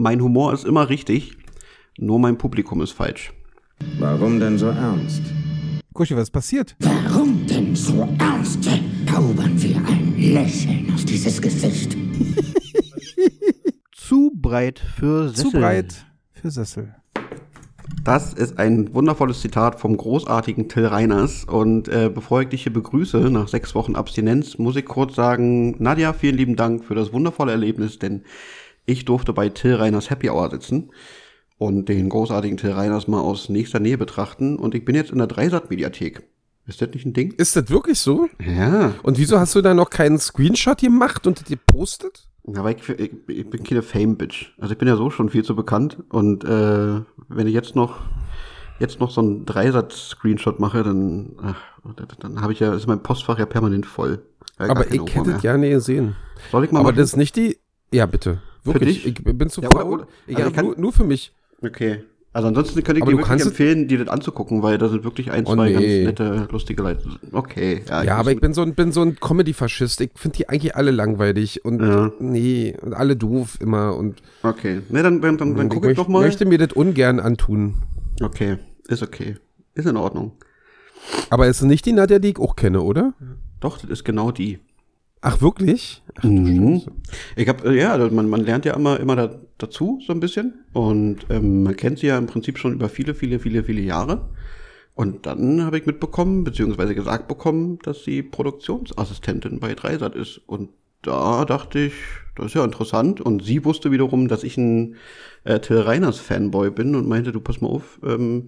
mein Humor ist immer richtig, nur mein Publikum ist falsch. Warum denn so ernst? Kuschi, was ist passiert? Warum denn so ernst? Zaubern wir ein Lächeln auf dieses Gesicht. Zu breit für Sessel. Zu breit für Sessel. Das ist ein wundervolles Zitat vom großartigen Till Reiners. Und bevor ich dich hier begrüße, nach 6 Wochen Abstinenz, muss ich kurz sagen, Nadja, vielen lieben Dank für das wundervolle Erlebnis, denn ich durfte bei Till Reiners Happy Hour sitzen und den großartigen Till Reiners mal aus nächster Nähe betrachten. Und ich bin jetzt in der Dreisat-Mediathek. Ist das nicht ein Ding? Ist das wirklich so? Ja. Und wieso hast du da noch keinen Screenshot gemacht und dir postet? Aber ich bin keine Fame-Bitch. Also ich bin ja so schon viel zu bekannt. Und wenn ich jetzt noch so einen Dreisatz-Screenshot mache, dann habe ich ja, ist mein Postfach ja permanent voll. Aber ich hätte es gerne gesehen. Soll ich mal Aber machen? das ist nicht die... Ja, bitte. Wirklich. Für dich? Ich bin zu Ja, faul. also Nur für mich. Okay. Also ansonsten könnte ich Aber dir du wirklich kannst empfehlen, dir das anzugucken, weil da sind wirklich ein, zwei ganz nette, lustige Leute. Okay. Ja, aber ich bin so ein Comedy-Faschist. Ich finde die eigentlich alle langweilig und und alle doof immer und. Okay. Ne, dann guck ich doch mal. Ich möchte mir das ungern antun. Okay. Ist okay. Ist in Ordnung. Aber es ist nicht die Nadja, die ich auch kenne, oder? Doch, das ist genau die. Ach, wirklich? Ach, Ich habe, man lernt ja immer dazu so ein bisschen und man kennt sie ja im Prinzip schon über viele, viele, viele, viele Jahre. Und dann habe ich mitbekommen, beziehungsweise gesagt bekommen, dass sie Produktionsassistentin bei Dreisat ist. Und da dachte ich, das ist ja interessant. Und sie wusste wiederum, dass ich ein Till Reiners Fanboy bin und meinte, du pass mal auf, wenn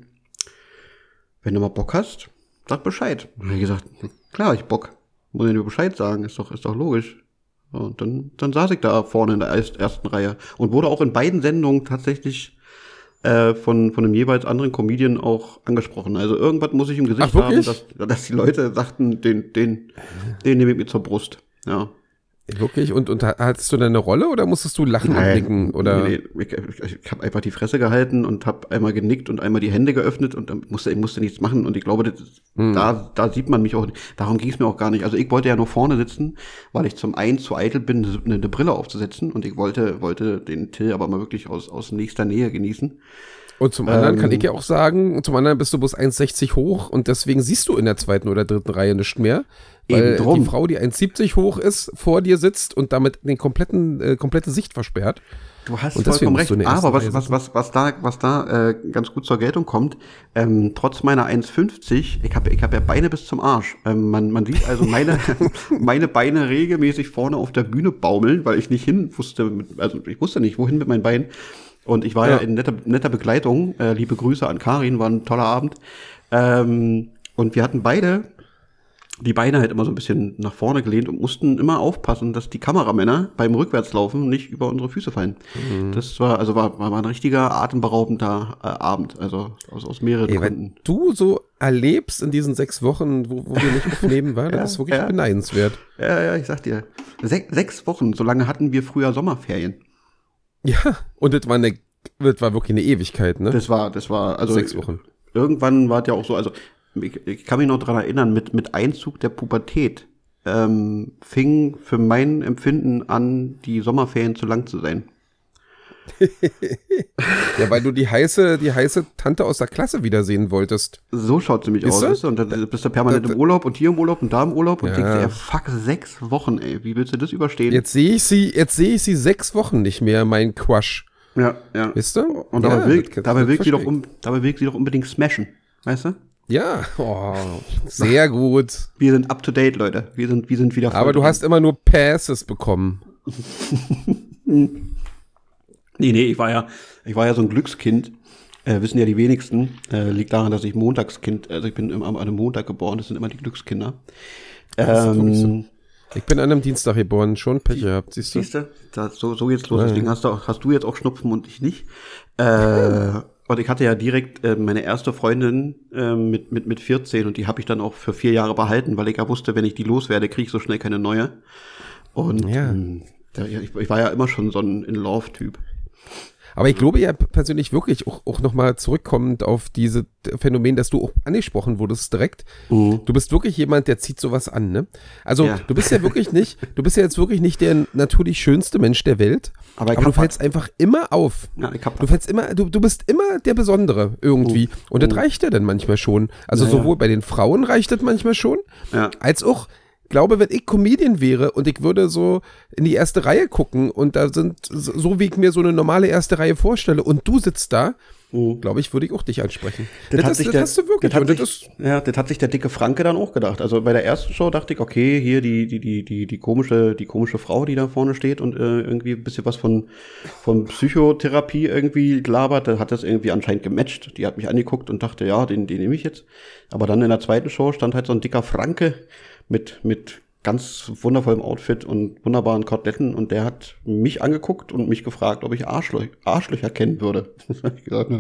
du mal Bock hast, sag Bescheid. Und dann habe ich gesagt, klar, ich Bock. Muss ich dir Bescheid sagen, ist doch logisch. Und dann saß ich da vorne in der ersten Reihe und wurde auch in beiden Sendungen tatsächlich von einem jeweils anderen Comedian auch angesprochen. Also irgendwas muss ich im Gesicht haben, dass die Leute sagten, den nehme ich mir zur Brust. Ja. Wirklich? Und hattest du da eine Rolle oder musstest du lachen und nicken? Oder? Nee. Ich habe einfach die Fresse gehalten und habe einmal genickt und einmal die Hände geöffnet und dann musste nichts machen. Und ich glaube, da sieht man mich auch. Darum ging es mir auch gar nicht. Also ich wollte ja nur vorne sitzen, weil ich zum einen zu eitel bin, eine Brille aufzusetzen. Und ich wollte den Till aber mal wirklich aus nächster Nähe genießen. Und zum anderen kann ich ja auch sagen, zum anderen bist du bloß 1,60 hoch und deswegen siehst du in der 2. oder 3. Reihe nicht mehr. Weil die Frau, die 1,70 hoch ist, vor dir sitzt und damit den komplette Sicht versperrt. Du hast vollkommen recht, aber was da ganz gut zur Geltung kommt, trotz meiner 1,50, ich hab ja Beine bis zum Arsch. Man sieht also meine Beine regelmäßig vorne auf der Bühne baumeln, weil ich nicht ich wusste nicht, wohin mit meinen Beinen. Und ich war ja in netter Begleitung. Liebe Grüße an Karin, war ein toller Abend. Und wir hatten beide die Beine halt immer so ein bisschen nach vorne gelehnt und mussten immer aufpassen, dass die Kameramänner beim Rückwärtslaufen nicht über unsere Füße fallen. Das war ein richtiger atemberaubender Abend, also aus mehreren Gründen. Wenn du so erlebst in diesen 6 Wochen, wo wir nicht aufnehmen waren, das ist wirklich beneidenswert. Ja, ich sag dir. 6 Wochen, so lange hatten wir früher Sommerferien. Ja, und das war wirklich eine Ewigkeit, ne? Das war, also 6 Wochen. Irgendwann war es ja auch so, also ich kann mich noch dran erinnern, mit Einzug der Pubertät fing für mein Empfinden an, die Sommerferien zu lang zu sein. Ja, weil du die heiße Tante aus der Klasse wiedersehen wolltest. So schaut sie mich aus, weißt du? Und dann bist du permanent im Urlaub und hier im Urlaub und da im Urlaub und denkst dir, fuck, 6 Wochen, ey, wie willst du das überstehen? Jetzt sehe ich sie 6 Wochen nicht mehr, mein Crush. Ja. Weißt du? Und dabei will sie doch unbedingt smashen, weißt du? Ja, sehr gut. Wir sind up to date, Leute. Wir sind wieder voll. Aber du hast immer nur Passes bekommen. Nee, ich war ja so ein Glückskind. Wissen ja die wenigsten. Liegt daran, dass ich Montagskind, also ich bin an einem Montag geboren, das sind immer die Glückskinder. So. Ich bin an einem Dienstag geboren, schon Pech gehabt, siehst du? So geht's los, deswegen hast du jetzt auch Schnupfen und ich nicht. Und ich hatte ja direkt meine erste Freundin mit 14 und die habe ich dann auch für 4 Jahre behalten, weil ich ja wusste, wenn ich die loswerde, kriege ich so schnell keine neue. Und ich war ja immer schon so ein In-Love-Typ. Aber ich glaube ja persönlich wirklich, auch nochmal zurückkommend auf diese Phänomen, dass du auch angesprochen wurdest direkt. Du bist wirklich jemand, der zieht sowas an, ne? Also du bist ja jetzt wirklich nicht der natürlich schönste Mensch der Welt, aber du fällst einfach immer auf. Ja, Du bist immer der Besondere irgendwie. Und das reicht ja dann manchmal schon. Also sowohl bei den Frauen reicht das manchmal schon, als auch, glaube, wenn ich Comedian wäre und ich würde so in die erste Reihe gucken und da sind, so wie ich mir so eine normale erste Reihe vorstelle und du sitzt da, glaube ich, würde ich auch dich ansprechen. Das hast du wirklich. Das hat sich der dicke Franke dann auch gedacht. Also bei der ersten Show dachte ich, okay, hier die komische Frau, die da vorne steht und irgendwie ein bisschen was von Psychotherapie irgendwie labert, da hat das irgendwie anscheinend gematcht. Die hat mich angeguckt und dachte, ja, den nehme ich jetzt. Aber dann in der zweiten Show stand halt so ein dicker Franke mit ganz wundervollem Outfit und wunderbaren Koteletten und der hat mich angeguckt und mich gefragt, ob ich Arschlöcher kennen würde. Das habe ich gesagt,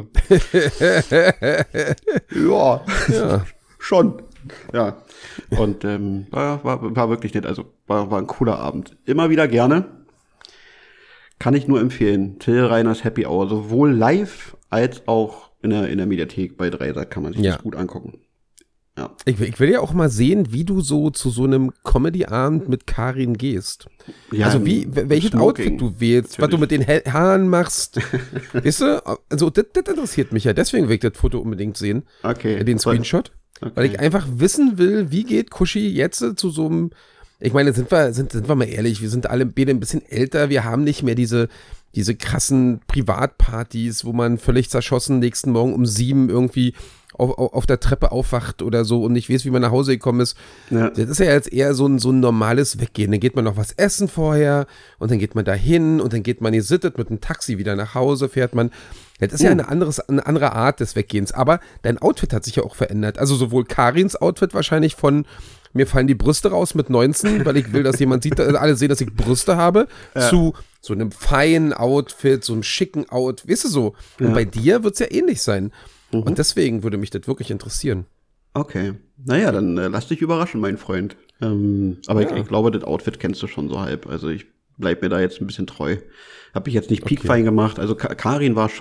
ja, schon. Ja. Und war wirklich nett, also war ein cooler Abend. Immer wieder gerne. Kann ich nur empfehlen. Till Reiners Happy Hour, sowohl live als auch in der Mediathek bei Dreisat kann man sich das gut angucken. Ja. Ich will ja auch mal sehen, wie du so zu so einem Comedy-Abend mit Karin gehst. Ja, also welches Outfit du wählst, was du mit den Haaren machst. Weißt du, also das interessiert mich ja. Deswegen will ich das Foto unbedingt sehen. Okay. Den Screenshot. Okay. Weil ich einfach wissen will, wie geht Kuschi jetzt zu so einem, ich meine, sind wir mal ehrlich, wir sind alle beide ein bisschen älter, wir haben nicht mehr diese krassen Privatpartys, wo man völlig zerschossen nächsten Morgen um 7 irgendwie auf der Treppe aufwacht oder so und nicht weiß, wie man nach Hause gekommen ist. Ja. Das ist ja jetzt eher so ein normales Weggehen. Dann geht man noch was essen vorher und dann geht man da hin und dann geht man gesittet mit einem Taxi wieder nach Hause, fährt man. Das ist ja eine andere Art des Weggehens. Aber dein Outfit hat sich ja auch verändert. Also sowohl Karins Outfit wahrscheinlich von mir fallen die Brüste raus mit 19, weil ich will, dass jemand sieht, alle sehen, dass ich Brüste habe, zu so einem feinen Outfit, so einem schicken Outfit, weißt du so. Und bei dir wird es ja ähnlich sein. Und deswegen würde mich das wirklich interessieren. Okay. Naja, dann lass dich überraschen, mein Freund. Aber ich glaube, das Outfit kennst du schon so halb. Also ich bleib mir da jetzt ein bisschen treu. Hab ich jetzt nicht piekfein gemacht. Also Karin war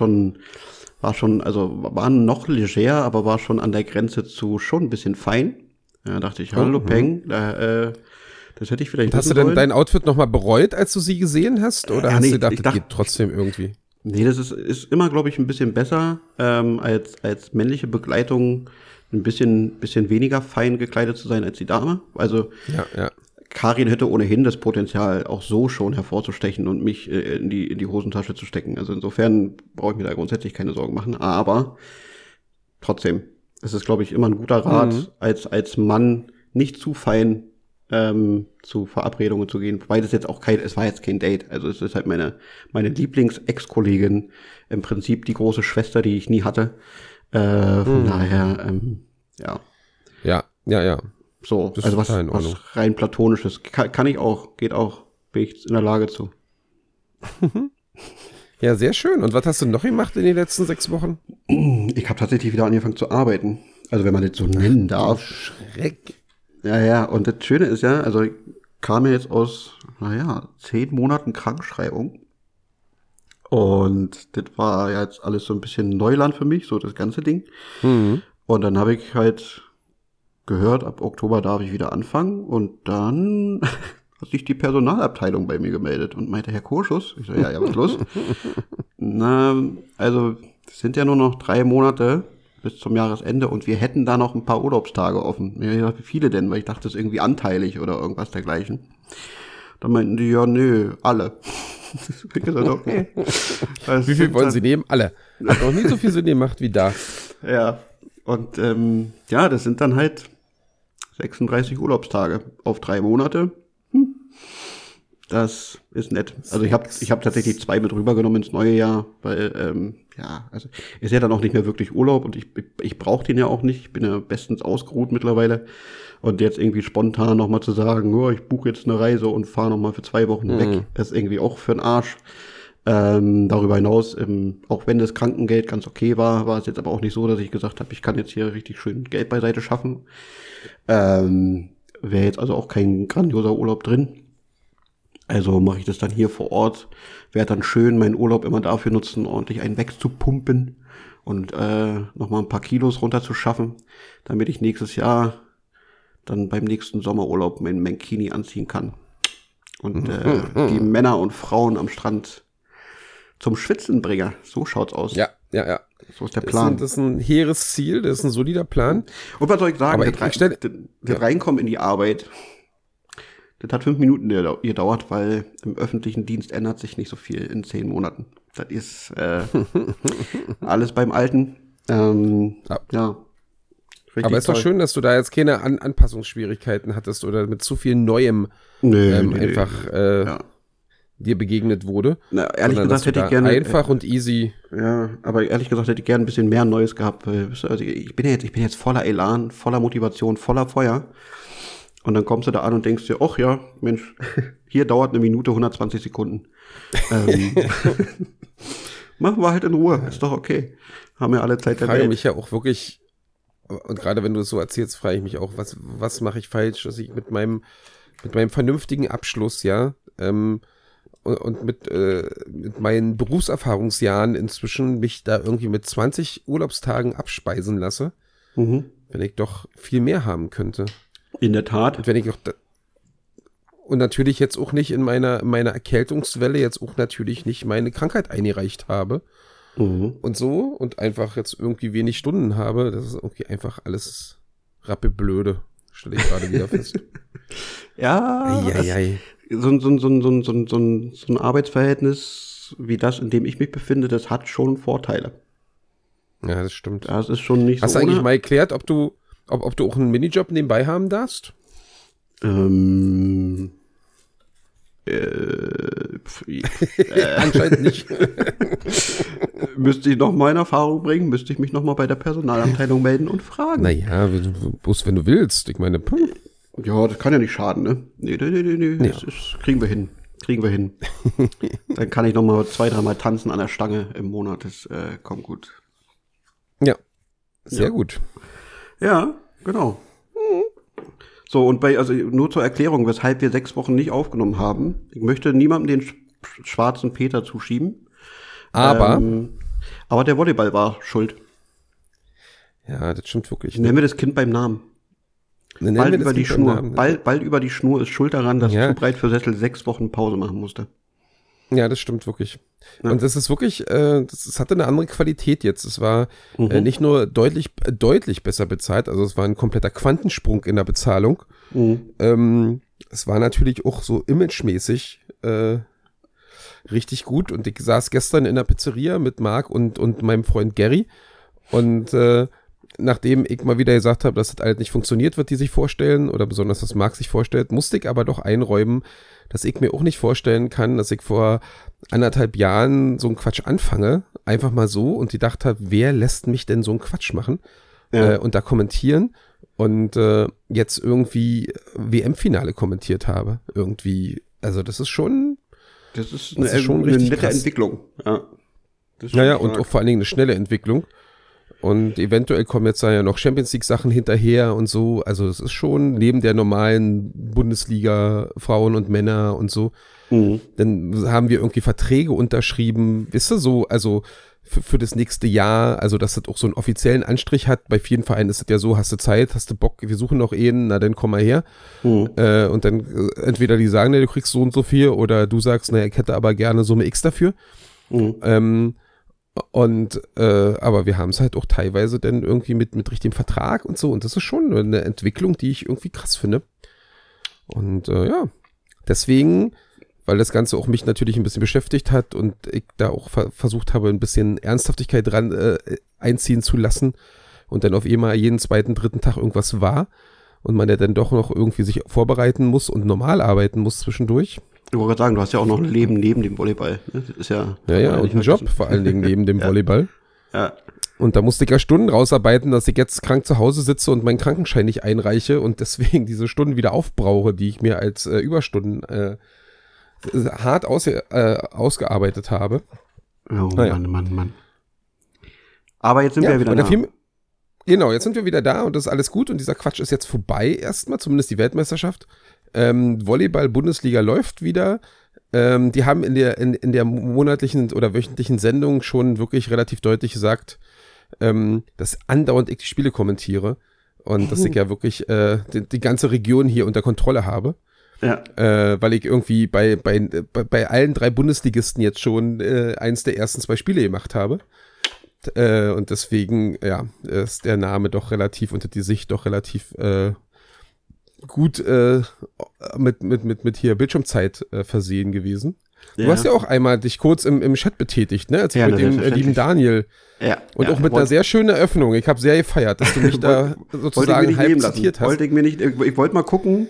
noch leger, aber war schon an der Grenze zu schon ein bisschen fein. Ja, dachte ich, hallo Peng, das hätte ich vielleicht nicht. Hast du denn dein Outfit nochmal bereut, als du sie gesehen hast? Oder hast du gedacht, das geht trotzdem irgendwie? Nee, das ist immer, glaube ich, ein bisschen besser, als männliche Begleitung ein bisschen weniger fein gekleidet zu sein als die Dame. Also Karin hätte ohnehin das Potenzial, auch so schon hervorzustechen und mich in die Hosentasche zu stecken. Also insofern brauche ich mir da grundsätzlich keine Sorgen machen. Aber trotzdem, es ist, glaube ich, immer ein guter Rat, als Mann nicht zu fein zu Verabredungen zu gehen, wobei das jetzt auch es war jetzt kein Date, also es ist halt meine Lieblings-Ex-Kollegin, im Prinzip die große Schwester, die ich nie hatte, von daher, Ja. So, das also was rein Platonisches, kann ich auch, geht auch, bin ich in der Lage zu. Ja, sehr schön. Und was hast du noch gemacht in den letzten 6 Wochen? Ich habe tatsächlich wieder angefangen zu arbeiten, also wenn man das so nennen darf. Schreck. Ja, und das Schöne ist ja, also ich kam ja jetzt aus, 10 Monaten Krankschreibung. Und das war ja jetzt alles so ein bisschen Neuland für mich, so das ganze Ding. Und dann habe ich halt gehört, ab Oktober darf ich wieder anfangen. Und dann hat sich die Personalabteilung bei mir gemeldet und meinte, Herr Kurschus, ich so, ja, was ist los? Na, also es sind ja nur noch 3 Monate bis zum Jahresende und wir hätten da noch ein paar Urlaubstage offen. Ich dachte, wie viele denn? Weil ich dachte, das ist irgendwie anteilig oder irgendwas dergleichen. Dann meinten die, ja, nö, alle. Ich gesagt, okay. Wie viel wollen Sie nehmen? Alle. Hat noch nie so viel Sinn gemacht wie da. Ja, und das sind dann halt 36 Urlaubstage auf 3 Monate. Das ist nett. Also ich hab tatsächlich 2 mit rübergenommen ins neue Jahr, weil also ist ja dann auch nicht mehr wirklich Urlaub und ich brauche den ja auch nicht. Ich bin ja bestens ausgeruht mittlerweile und jetzt irgendwie spontan nochmal zu sagen, ich buche jetzt eine Reise und fahre nochmal für 2 Wochen weg, ist irgendwie auch für den Arsch. Darüber hinaus, auch wenn das Krankengeld ganz okay war es jetzt aber auch nicht so, dass ich gesagt habe, ich kann jetzt hier richtig schön Geld beiseite schaffen. Wäre jetzt also auch kein grandioser Urlaub drin. Also mache ich das dann hier vor Ort, werde dann schön meinen Urlaub immer dafür nutzen, ordentlich einen wegzupumpen und nochmal ein paar Kilos runterzuschaffen, damit ich nächstes Jahr dann beim nächsten Sommerurlaub meinen Mankini anziehen kann. Und die Männer und Frauen am Strand zum Schwitzen bringe. So schaut's aus. Ja. So ist der Plan. Das ist ein hehres Ziel, das ist ein solider Plan. Und was soll ich sagen? Aber das Reinkommen in die Arbeit, das hat 5 Minuten gedauert, weil im öffentlichen Dienst ändert sich nicht so viel in 10 Monaten. Das ist alles beim Alten. Ja. Aber ist doch schön, dass du da jetzt keine Anpassungsschwierigkeiten hattest oder mit zu viel Neuem dir begegnet wurde. Na, ehrlich gesagt hätte ich gerne einfach und easy. Ja, aber ehrlich gesagt hätte ich gerne ein bisschen mehr Neues gehabt. Also ich bin jetzt voller Elan, voller Motivation, voller Feuer. Und dann kommst du da an und denkst dir, ach ja, Mensch, hier dauert 1 Minute 120 Sekunden. Machen wir halt in Ruhe, ist doch okay. Haben wir alle Zeit der Welt. Ich frage mich ja auch wirklich, und gerade wenn du es so erzählst, frage ich mich auch, was mache ich falsch, dass ich mit meinem vernünftigen Abschluss, ja, und mit meinen Berufserfahrungsjahren inzwischen mich da irgendwie mit 20 Urlaubstagen abspeisen lasse, wenn ich doch viel mehr haben könnte. In der Tat. Und wenn ich auch und natürlich jetzt auch nicht in meiner Erkältungswelle jetzt auch natürlich nicht meine Krankheit eingereicht habe. Und so und einfach jetzt irgendwie wenig Stunden habe, das ist irgendwie einfach alles rappeblöde, stelle ich gerade wieder fest. Ja, so ein Arbeitsverhältnis wie das, in dem ich mich befinde, das hat schon Vorteile. Ja, das stimmt. Das ist schon nicht so. Hast du eigentlich mal geklärt, ob du auch einen Minijob nebenbei haben darfst? Anscheinend nicht. Müsste ich noch mal in Erfahrung bringen, müsste ich mich noch mal bei der Personalabteilung melden und fragen. Naja, bloß wenn du willst. Ich meine, ja, das kann ja nicht schaden, ne? Nee. Ja. Das kriegen wir hin. Dann kann ich noch mal 2-3 Mal tanzen an der Stange im Monat. Das kommt gut. Ja, sehr gut. Ja, genau. So, und also nur zur Erklärung, weshalb wir 6 Wochen nicht aufgenommen haben. Ich möchte niemandem den schwarzen Peter zuschieben. Aber der Volleyball war schuld. Ja, das stimmt wirklich. Nennen wir das Kind beim Namen. Ball über die Schnur. Ball über die Schnur ist schuld daran, dass Zubreit für Sessel 6 Wochen Pause machen musste. Ja, das stimmt wirklich. Ja. Und das ist wirklich, das hatte eine andere Qualität jetzt. Es war nicht nur deutlich besser bezahlt, also es war ein kompletter Quantensprung in der Bezahlung. Es war natürlich auch so imagemäßig richtig gut. Und ich saß gestern in der Pizzeria mit Marc und meinem Freund Gary. Und nachdem ich mal wieder gesagt habe, dass das alles nicht funktioniert, was die sich vorstellen, oder besonders was Marc sich vorstellt, musste ich aber doch einräumen, dass ich mir auch nicht vorstellen kann, dass ich vor 1,5 Jahren so einen Quatsch anfange, einfach mal so, und die dachte habe, wer lässt mich denn so einen Quatsch machen und da kommentieren und jetzt irgendwie WM-Finale kommentiert habe. Irgendwie, also das ist schon eine nette krass. Entwicklung. Ja, und auch vor allen Dingen eine schnelle Entwicklung. Und eventuell kommen jetzt da ja noch Champions-League-Sachen hinterher und so. Also es ist schon neben der normalen Bundesliga Frauen und Männer und so. Dann haben wir irgendwie Verträge unterschrieben, wisst ihr, so, also für das nächste Jahr, also dass das auch so einen offiziellen Anstrich hat. Bei vielen Vereinen ist das ja so, hast du Zeit, hast du Bock, wir suchen noch einen, na dann komm mal her. Und dann entweder die sagen, du kriegst so und so viel, oder du sagst, naja, ich hätte aber gerne Summe X dafür. Aber wir haben es halt auch teilweise dann irgendwie mit richtigem Vertrag und so, und das ist schon eine Entwicklung, die ich irgendwie krass finde. Und deswegen, weil das Ganze auch mich natürlich ein bisschen beschäftigt hat und ich da auch versucht habe, ein bisschen Ernsthaftigkeit dran einziehen zu lassen und dann auf einmal jeden 2., 3. Tag irgendwas war und man ja dann doch noch irgendwie sich vorbereiten muss und normal arbeiten muss zwischendurch. Ich wollte gerade sagen, du hast ja auch noch ein Leben neben dem Volleyball. Das ist ja und einen Job vor allen Dingen neben dem Volleyball. Ja. Und da musste ich ja Stunden rausarbeiten, dass ich jetzt krank zu Hause sitze und meinen Krankenschein nicht einreiche und deswegen diese Stunden wieder aufbrauche, die ich mir als Überstunden hart ausgearbeitet habe. Oh Mann. Aber jetzt sind wir wieder da. Genau, jetzt sind wir wieder da und das ist alles gut und dieser Quatsch ist jetzt vorbei erstmal, zumindest die Weltmeisterschaft. Volleyball-Bundesliga läuft wieder. Die haben in der monatlichen oder wöchentlichen Sendung schon wirklich relativ deutlich gesagt, dass andauernd ich die Spiele kommentiere und dass ich ja wirklich die ganze Region hier unter Kontrolle habe. Ja. Weil ich irgendwie bei allen 3 Bundesligisten jetzt schon eins der ersten 2 Spiele gemacht habe. Und deswegen, ja, ist der Name doch relativ, unter die Sicht doch relativ gut mit hier Bildschirmzeit versehen gewesen. Du hast ja auch einmal dich kurz im Chat betätigt, ne? Als mit dem lieben Daniel. Ja. Und auch mit einer sehr schönen Eröffnung. Ich habe sehr gefeiert, dass du mich da sozusagen halb zitiert hast. Ich wollte mal gucken,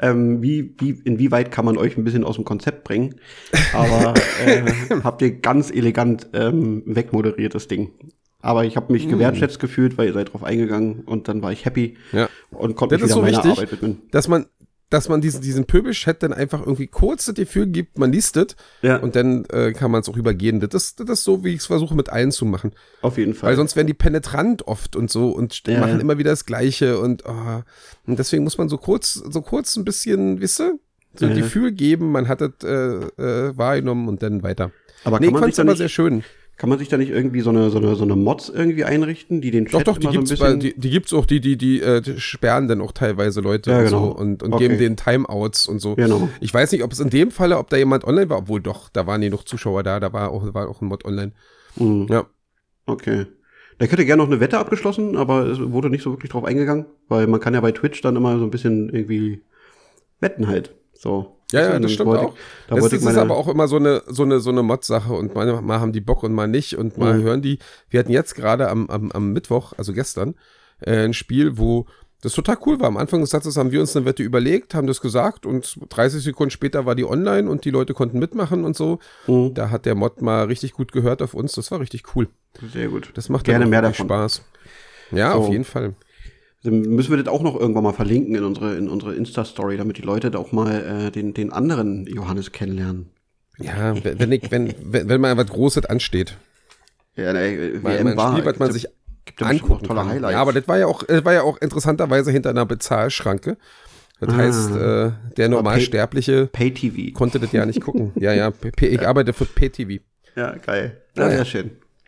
inwieweit kann man euch ein bisschen aus dem Konzept bringen. Aber habt ihr ganz elegant wegmoderiert, das Ding. Aber ich habe mich gewertschätzt gefühlt, weil ihr seid drauf eingegangen und dann war ich happy und konnte mich wieder meiner Arbeit widmen. Dass man diesen Pöbel-Chat dann einfach irgendwie kurz das Gefühl gibt, man liest es und dann kann man es auch übergehen. Das ist so, wie ich es versuche mit allen zu machen. Auf jeden Fall. Weil sonst werden die penetrant oft und so und machen immer wieder das Gleiche und deswegen muss man so kurz ein bisschen, wisst ihr, so ein Gefühl geben, man hat es wahrgenommen und dann weiter. Aber ich fand es aber sehr schön. Kann man sich da nicht irgendwie so eine Mods irgendwie einrichten, die den Chat doch, die gibt's, so die gibt's auch, die sperren dann auch teilweise Leute und so und geben den Timeouts und so. Genau. Ich weiß nicht, ob es in dem Falle, ob da jemand online war, obwohl doch, da waren genug Zuschauer da war auch ein Mod online. Mhm. Ja. Okay. Da hätte gerne noch eine Wette abgeschlossen, aber es wurde nicht so wirklich drauf eingegangen, weil man kann ja bei Twitch dann immer so ein bisschen irgendwie wetten halt. So. Ja, das stimmt auch. Das ist aber auch immer so eine Mod-Sache und mal haben die Bock und mal nicht und mal hören die. Wir hatten jetzt gerade am Mittwoch, also gestern, ein Spiel, wo das total cool war. Am Anfang des Satzes haben wir uns eine Wette überlegt, haben das gesagt und 30 Sekunden später war die online und die Leute konnten mitmachen und so. Da hat der Mod mal richtig gut gehört auf uns. Das war richtig cool. Sehr gut. Das macht gerne dann mehr davon. Spaß. Ja, so. Auf jeden Fall. Dann müssen wir das auch noch irgendwann mal verlinken in unsere Insta-Story, damit die Leute da auch mal den anderen Johannes kennenlernen. Ja, wenn mal was Großes ansteht. Ja, ein Spiel, was man sich angucken tolle kann. Highlights. Ja, aber das war ja auch interessanterweise hinter einer Bezahlschranke. Das heißt, der Normalsterbliche Pay-TV konnte das ja nicht gucken. Ja, ich arbeite für Pay-TV. Ja, geil. Ja, sehr schön.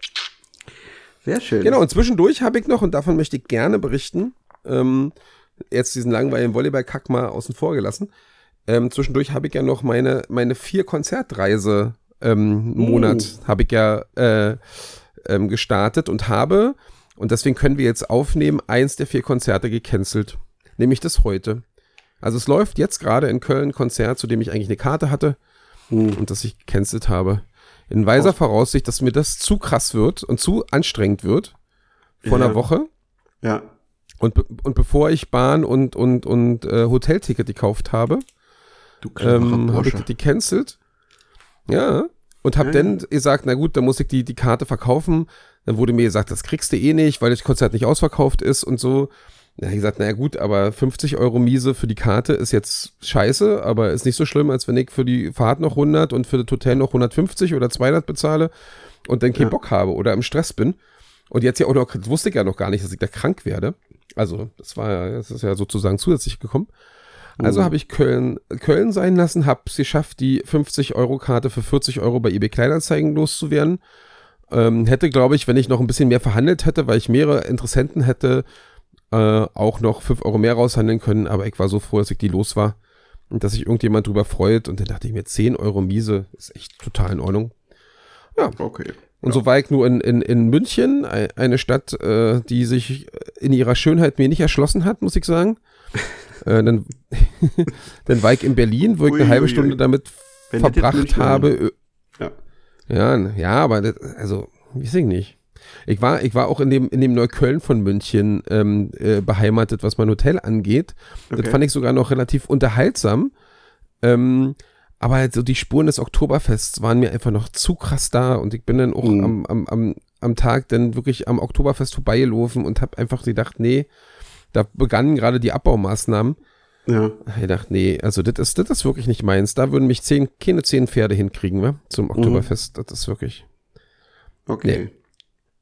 Sehr schön. Genau, und zwischendurch habe ich noch, und davon möchte ich gerne berichten, jetzt diesen langweiligen Volleyball-Kack mal außen vor gelassen, zwischendurch habe ich ja noch meine 4 Konzertreise Monat habe ich ja gestartet und deswegen können wir jetzt aufnehmen, 1 der 4 Konzerte gecancelt, nämlich das heute. Also es läuft jetzt gerade in Köln ein Konzert, zu dem ich eigentlich eine Karte hatte und das ich gecancelt habe. In weiser Voraussicht, dass mir das zu krass wird und zu anstrengend wird vor einer Woche. Ja. Und bevor ich Bahn und Hotelticket gekauft habe, habe ich das gecancelt. Ja. Und habe dann gesagt, na gut, dann muss ich die Karte verkaufen. Dann wurde mir gesagt, das kriegst du eh nicht, weil das Konzert nicht ausverkauft ist und so. Dann habe ich gesagt, naja gut, aber 50 € Miese für die Karte ist jetzt scheiße, aber ist nicht so schlimm, als wenn ich für die Fahrt noch 100 und für das Hotel noch 150 oder 200 bezahle und dann keinen Bock habe oder im Stress bin. Und jetzt ja auch noch, das wusste ich ja noch gar nicht, dass ich da krank werde. Also das ist ja sozusagen zusätzlich gekommen. Also habe ich Köln sein lassen, habe es geschafft, die 50 € Karte für 40 € bei eBay Kleinanzeigen loszuwerden. Hätte, glaube ich, wenn ich noch ein bisschen mehr verhandelt hätte, weil ich mehrere Interessenten hätte, auch noch 5 € mehr raushandeln können, aber ich war so froh, dass ich die los war und dass sich irgendjemand drüber freut und dann dachte ich mir, 10 € Miese ist echt total in Ordnung. Ja, okay. Und so war ich nur in München, eine Stadt, die sich in ihrer Schönheit mir nicht erschlossen hat, muss ich sagen. Dann war ich in Berlin, wo ich eine halbe Stunde damit verbracht habe. Ja, aber das, also, weiß ich nicht. Ich war auch in dem Neukölln von München beheimatet, was mein Hotel angeht. Okay. Das fand ich sogar noch relativ unterhaltsam. Aber halt so die Spuren des Oktoberfests waren mir einfach noch zu krass da und ich bin dann auch am Tag dann wirklich am Oktoberfest vorbeigelaufen und habe einfach gedacht, nee, da begannen gerade die Abbaumaßnahmen. Ja. Ich dachte, nee, also das ist wirklich nicht meins. Da würden mich keine 10 Pferde hinkriegen, wa? Zum Oktoberfest. Das ist wirklich. Okay.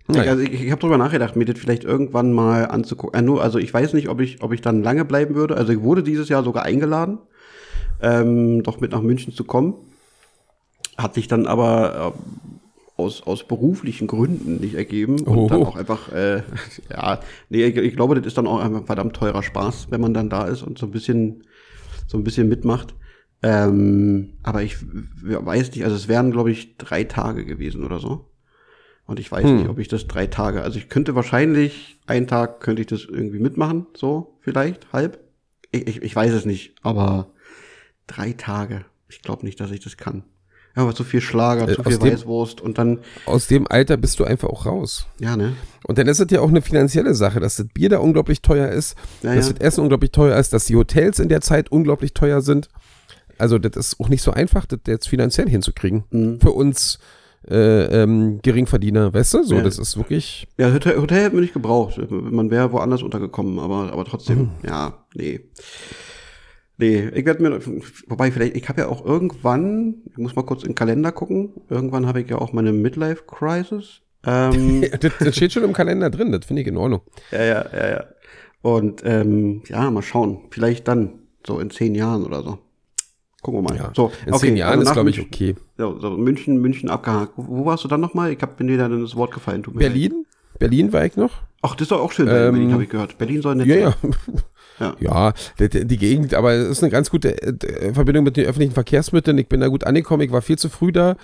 Also ich habe drüber nachgedacht, mir das vielleicht irgendwann mal anzugucken. Also ich weiß nicht, ob ich dann lange bleiben würde. Also ich wurde dieses Jahr sogar eingeladen, doch mit nach München zu kommen. Hat sich dann aber aus beruflichen Gründen nicht ergeben. Und dann auch einfach, ich glaube, das ist dann auch einfach ein verdammt teurer Spaß, wenn man dann da ist und so ein bisschen mitmacht. Aber ich weiß nicht, also es wären, glaube ich, 3 Tage gewesen oder so. Und ich weiß nicht, ob ich das 3 Tage, also ich könnte wahrscheinlich, einen Tag könnte ich das irgendwie mitmachen, so vielleicht, halb. Ich weiß es nicht, aber 3 Tage, ich glaube nicht, dass ich das kann. Ja, aber zu viel Schlager, zu viel Weißwurst und dann. Aus dem Alter bist du einfach auch raus. Ja, ne? Und dann ist es ja auch eine finanzielle Sache, dass das Bier da unglaublich teuer ist, dass das Essen unglaublich teuer ist, dass die Hotels in der Zeit unglaublich teuer sind. Also das ist auch nicht so einfach, das jetzt finanziell hinzukriegen. Für uns Geringverdiener, weißt du? So, das ist wirklich. Ja, Hotel hätten wir nicht gebraucht. Man wäre woanders untergekommen, aber trotzdem, nee, ich werde mir, wobei vielleicht, ich habe ja auch irgendwann, ich muss mal kurz in den Kalender gucken, irgendwann habe ich ja auch meine Midlife-Crisis. Das steht schon im Kalender drin, das finde ich in Ordnung. Ja. Und mal schauen, vielleicht dann, so in 10 Jahren oder so. Gucken wir mal. Ja, so, in 10 Jahren ist, glaube ich, okay. So München bin warst du dann nochmal? Bin dir dann das Wort gefallen. Berlin war ich noch. Ach, das soll auch schön sein, Berlin, habe ich gehört. Berlin soll nett sein. Ja, die Gegend, aber es ist eine ganz gute Verbindung mit den öffentlichen Verkehrsmitteln. Ich bin da gut angekommen, ich war viel zu früh da.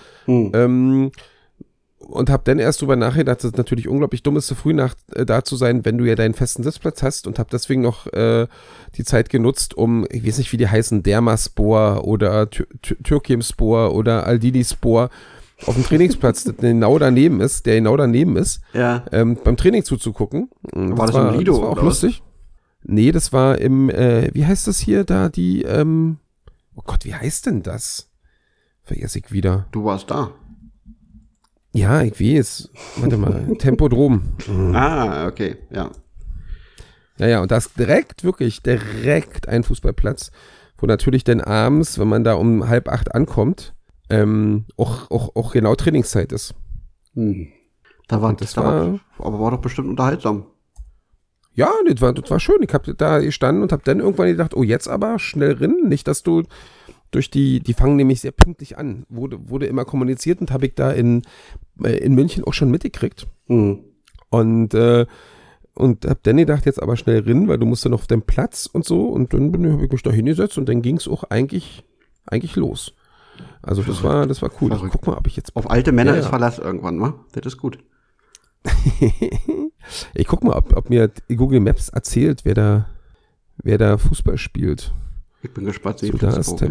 Und habe dann erst drüber nachgedacht, dass es natürlich unglaublich dumm ist, zu früh da zu sein, wenn du ja deinen festen Sitzplatz hast, und habe deswegen noch die Zeit genutzt, um, ich weiß nicht, wie die heißen, Dermaspor oder Türkimspor oder Aldini-Spor auf dem Trainingsplatz, der genau daneben ist, beim Training zuzugucken. War das im Lido? Das war auch lustig. Nee, das war im, wie heißt das hier da, oh Gott, wie heißt denn das? Vergesse ich wieder. Du warst da. Ja, ich weiß. Warte mal, Tempodrom. Okay, ja. Ja, und da ist direkt ein Fußballplatz, wo natürlich dann abends, wenn man da um 7:30 ankommt, auch genau Trainingszeit ist. Aber war doch bestimmt unterhaltsam. Ja, das war schön. Ich habe da gestanden und habe dann irgendwann gedacht, oh, jetzt aber schnell rennen, nicht, dass du die fangen nämlich sehr pünktlich an, wurde immer kommuniziert, und habe ich da in München auch schon mitgekriegt. Und habe dann gedacht, jetzt aber schnell rennen, weil du musst dann auf deinen Platz und so, und dann habe ich mich da hingesetzt und dann ging es auch eigentlich los. Also das war cool. Verrückt. Ich guck mal, ob ich jetzt... Auf alte Männer ist Verlass irgendwann, ne? Das ist gut. Ich guck mal, ob mir Google Maps erzählt, wer da Fußball spielt. Ich bin gespannt, so, da ist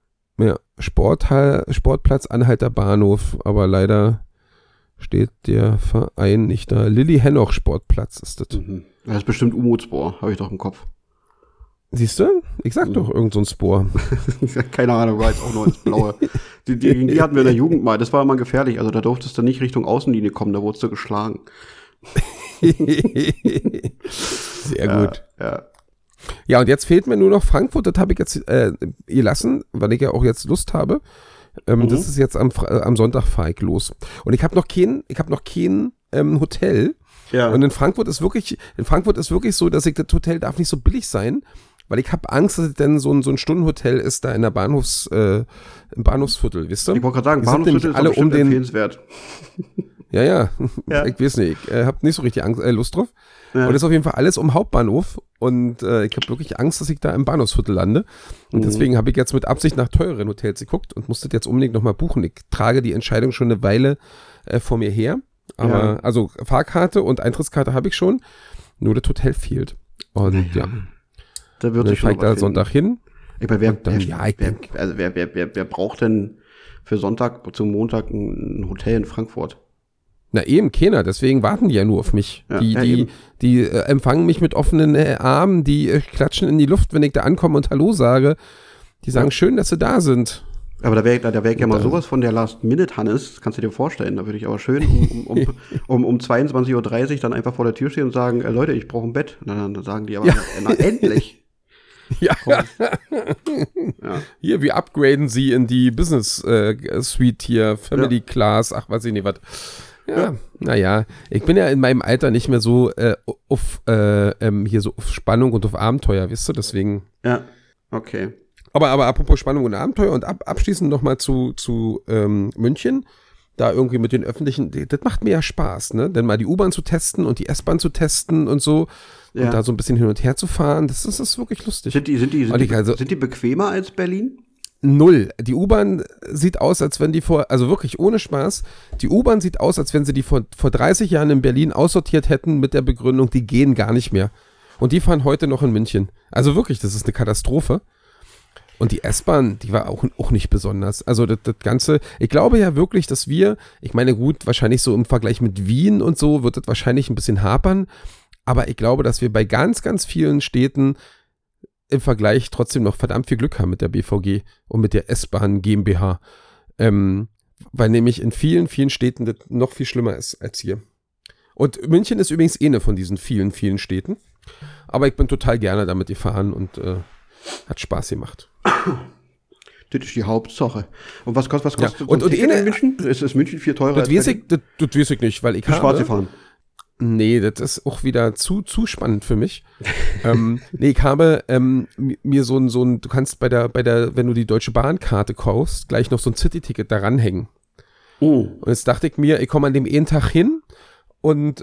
Sportplatz Anhalter Bahnhof, aber leider steht der Verein nicht da. Lilly-Henoch Sportplatz ist das. Das ist bestimmt Umutspor, habe ich doch im Kopf. Siehst du? Ich sag doch irgend so ein Spor. Keine Ahnung, war jetzt auch nur ins Blaue. Die hatten wir in der Jugend mal, das war immer gefährlich. Also da durftest du nicht Richtung Außenlinie kommen, da wurdest du geschlagen. Sehr gut. Ja. Ja, und jetzt fehlt mir nur noch Frankfurt, das habe ich jetzt gelassen, weil ich ja auch jetzt Lust habe. Das ist jetzt am Sonntag fahre ich los. Und ich habe noch kein Hotel. Ja. Und in Frankfurt ist wirklich so, dass das Hotel darf nicht so billig sein, weil ich habe Angst, dass es denn so ein Stundenhotel ist da in der im Bahnhofsviertel, wisst ihr? Ich wollte gerade sagen, Bahnhofsviertel ist alle empfehlenswert. Ja. Ich weiß nicht, ich habe nicht so richtig Lust drauf. Ja. Und das ist auf jeden Fall alles um Hauptbahnhof, und ich habe wirklich Angst, dass ich da im Bahnhofsviertel lande, und deswegen habe ich jetzt mit Absicht nach teureren Hotels geguckt und musste jetzt unbedingt nochmal buchen. Ich trage die Entscheidung schon eine Weile vor mir her, aber also Fahrkarte und Eintrittskarte habe ich schon, nur das Hotel fehlt. Und da wird sich schon da Sonntag hin. Wer braucht denn für Sonntag zum Montag ein Hotel in Frankfurt? Na eben, keiner, deswegen warten die ja nur auf mich. Ja, die empfangen mich mit offenen Armen, die klatschen in die Luft, wenn ich da ankomme und Hallo sage. Die sagen, schön, dass sie da sind. Aber da wäre ich ja mal sowas von der Last-Minute-Hannes, das kannst du dir vorstellen. Da würde ich aber schön um 22:30 Uhr dann einfach vor der Tür stehen und sagen, Leute, ich brauche ein Bett. Und dann sagen die aber, endlich. Ja. Hier, wir upgraden sie in die Business Suite hier, Family Class, ach, weiß ich nicht was. Ja, naja, ich bin ja in meinem Alter nicht mehr so hier so auf Spannung und auf Abenteuer, weißt du, deswegen. Ja, okay. Aber apropos Spannung und Abenteuer und abschließend nochmal zu München, da irgendwie mit den Öffentlichen, das macht mir ja Spaß, ne? Denn mal die U-Bahn zu testen und die S-Bahn zu testen und so und da so ein bisschen hin und her zu fahren, das ist wirklich lustig. Sind die bequemer als Berlin? Null. Die U-Bahn sieht aus, als wenn die also wirklich ohne Spaß, die U-Bahn sieht aus, als wenn sie die vor 30 Jahren in Berlin aussortiert hätten mit der Begründung, die gehen gar nicht mehr. Und die fahren heute noch in München. Also wirklich, das ist eine Katastrophe. Und die S-Bahn, die war auch nicht besonders. Also das Ganze, ich glaube ja wirklich, dass ich meine gut, wahrscheinlich so im Vergleich mit Wien und so wird das wahrscheinlich ein bisschen hapern, aber ich glaube, dass wir bei ganz, ganz vielen Städten im Vergleich trotzdem noch verdammt viel Glück haben mit der BVG und mit der S-Bahn GmbH. Weil nämlich in vielen, vielen Städten das noch viel schlimmer ist als hier. Und München ist übrigens eine von diesen vielen, vielen Städten. Aber ich bin total gerne damit gefahren und hat Spaß gemacht. Das ist die Hauptsache. Und was kostet und in München? Ist München viel teurer als Berlin? Das weiß ich nicht, weil ich habe... Schwarz fahren. Nee, das ist auch wieder zu spannend für mich. Ich habe mir so ein, du kannst bei der, wenn du die Deutsche Bahnkarte kaufst, gleich noch so ein City-Ticket daran hängen. Und jetzt dachte ich mir, ich komme an dem einen Tag hin und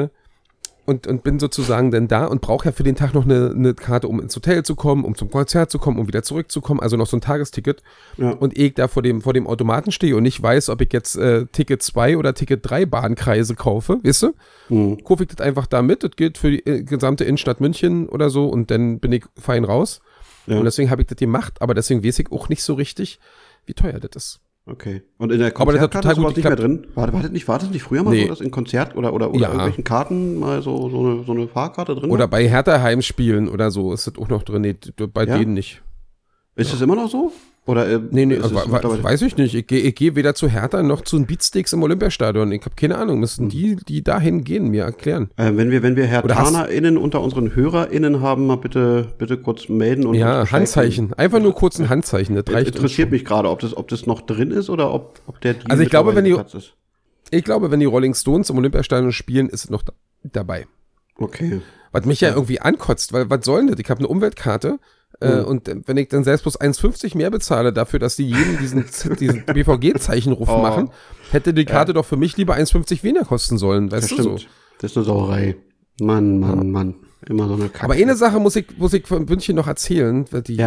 bin sozusagen dann da und brauche ja für den Tag noch eine Karte, um ins Hotel zu kommen, um zum Konzert zu kommen, um wieder zurückzukommen, also noch so ein Tagesticket. Ja. Und ich da vor dem Automaten stehe und nicht weiß, ob ich jetzt Ticket 2 oder Ticket 3 Bahnkreise kaufe, weißt du? Kaufe ich das einfach da mit, das gilt für die gesamte Innenstadt München oder so und dann bin ich fein raus. Ja. Und deswegen habe ich das gemacht, aber deswegen weiß ich auch nicht so richtig, wie teuer das ist. Okay. Und in der Konzertkarte ist sowas nicht mehr drin? War das nicht früher mal so, dass in Konzert oder irgendwelchen Karten mal so eine Fahrkarte drin war? Oder bei Hertha-Heimspielen oder so ist das auch noch drin. Nee, bei denen nicht. Ist das immer noch so? Oder, nee, weiß ich nicht. Ich geh weder zu Hertha noch zu den Beatsticks im Olympiastadion. Ich habe keine Ahnung. Müssen die dahin gehen, mir erklären. Wenn wir HerthanerInnen unter unseren HörerInnen haben, mal bitte kurz melden. Und Handzeichen. Einfach nur kurz ein Handzeichen. Das reicht. Interessiert mich gerade, ob das noch drin ist oder ob der Deal also ich glaube, ist. Ich glaube, wenn die Rolling Stones im Olympiastadion spielen, ist es noch dabei. Okay. Was mich ja irgendwie ankotzt, weil was soll denn das? Ich habe eine Umweltkarte. Und wenn ich dann selbst bloß 1,50 mehr bezahle dafür, dass die jeden diesen BVG-Zeichenruf machen, hätte die Karte doch für mich lieber 1,50 weniger kosten sollen, weißt du so. Das ist eine Sauerei. Mann. Immer so eine Kacke. Aber eine Sache muss ich von München noch erzählen, die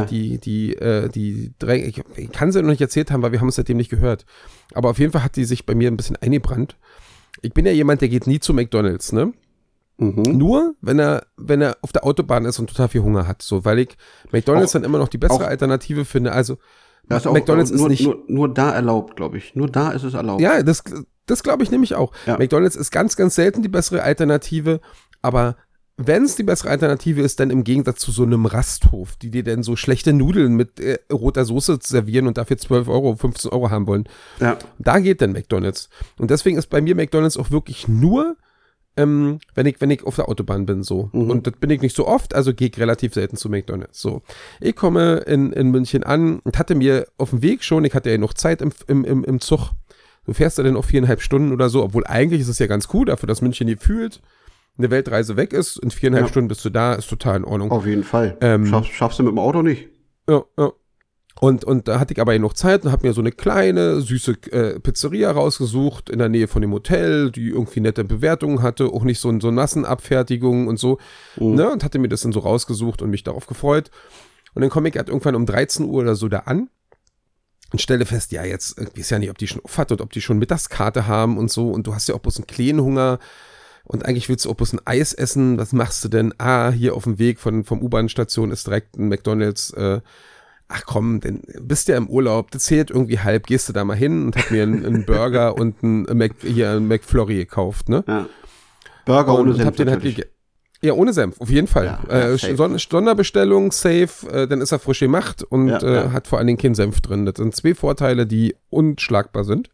ich kann sie noch nicht erzählt haben, weil wir haben es seitdem nicht gehört. Aber auf jeden Fall hat die sich bei mir ein bisschen eingebrannt. Ich bin ja jemand, der geht nie zu McDonald's, ne? Nur, wenn er auf der Autobahn ist und total viel Hunger hat. So, weil ich McDonald's dann immer noch die bessere Alternative finde. Also, McDonald's ist nicht... Nur da erlaubt, glaube ich. Nur da ist es erlaubt. Ja, das glaube ich nämlich auch. Ja. McDonald's ist ganz, ganz selten die bessere Alternative. Aber wenn es die bessere Alternative ist, dann im Gegensatz zu so einem Rasthof, die dir dann so schlechte Nudeln mit roter Soße servieren und dafür 12 Euro, 15 Euro haben wollen. Ja. Da geht dann McDonald's. Und deswegen ist bei mir McDonald's auch wirklich nur... wenn ich auf der Autobahn bin, so. Und das bin ich nicht so oft, also gehe ich relativ selten zu McDonald's, so. Ich komme in München an und hatte mir auf dem Weg schon, ich hatte ja noch Zeit im Zug, du fährst ja dann auch 4,5 Stunden oder so, obwohl eigentlich ist es ja ganz cool, dafür, dass München gefühlt eine Weltreise weg ist, in 4,5 Stunden bist du da, ist total in Ordnung. Auf jeden Fall. Schaffst du mit dem Auto nicht? Ja. Und da hatte ich aber noch Zeit und habe mir so eine kleine, süße Pizzeria rausgesucht in der Nähe von dem Hotel, die irgendwie nette Bewertungen hatte, auch nicht so Massenabfertigung und so. Ne? Und hatte mir das dann so rausgesucht und mich darauf gefreut. Und dann komme ich halt irgendwann um 13 Uhr oder so da an und stelle fest, ja, jetzt, ich weiß ja nicht, ob die schon aufhat und ob die schon Mittagskarte haben und so. Und du hast ja auch bloß einen kleinen Hunger. Und eigentlich willst du auch bloß ein Eis essen. Was machst du denn? Hier auf dem Weg vom U-Bahn-Station ist direkt ein McDonald's, ach komm, denn bist ja im Urlaub, das zählt irgendwie halb, gehst du da mal hin und hab mir einen Burger und einen McFlurry gekauft, ne? Ja. Burger ohne Senf ja, ohne Senf, auf jeden Fall. Ja, Sonderbestellung, safe, dann ist er frisch gemacht und hat vor allen Dingen keinen Senf drin. Das sind 2 Vorteile, die unschlagbar sind.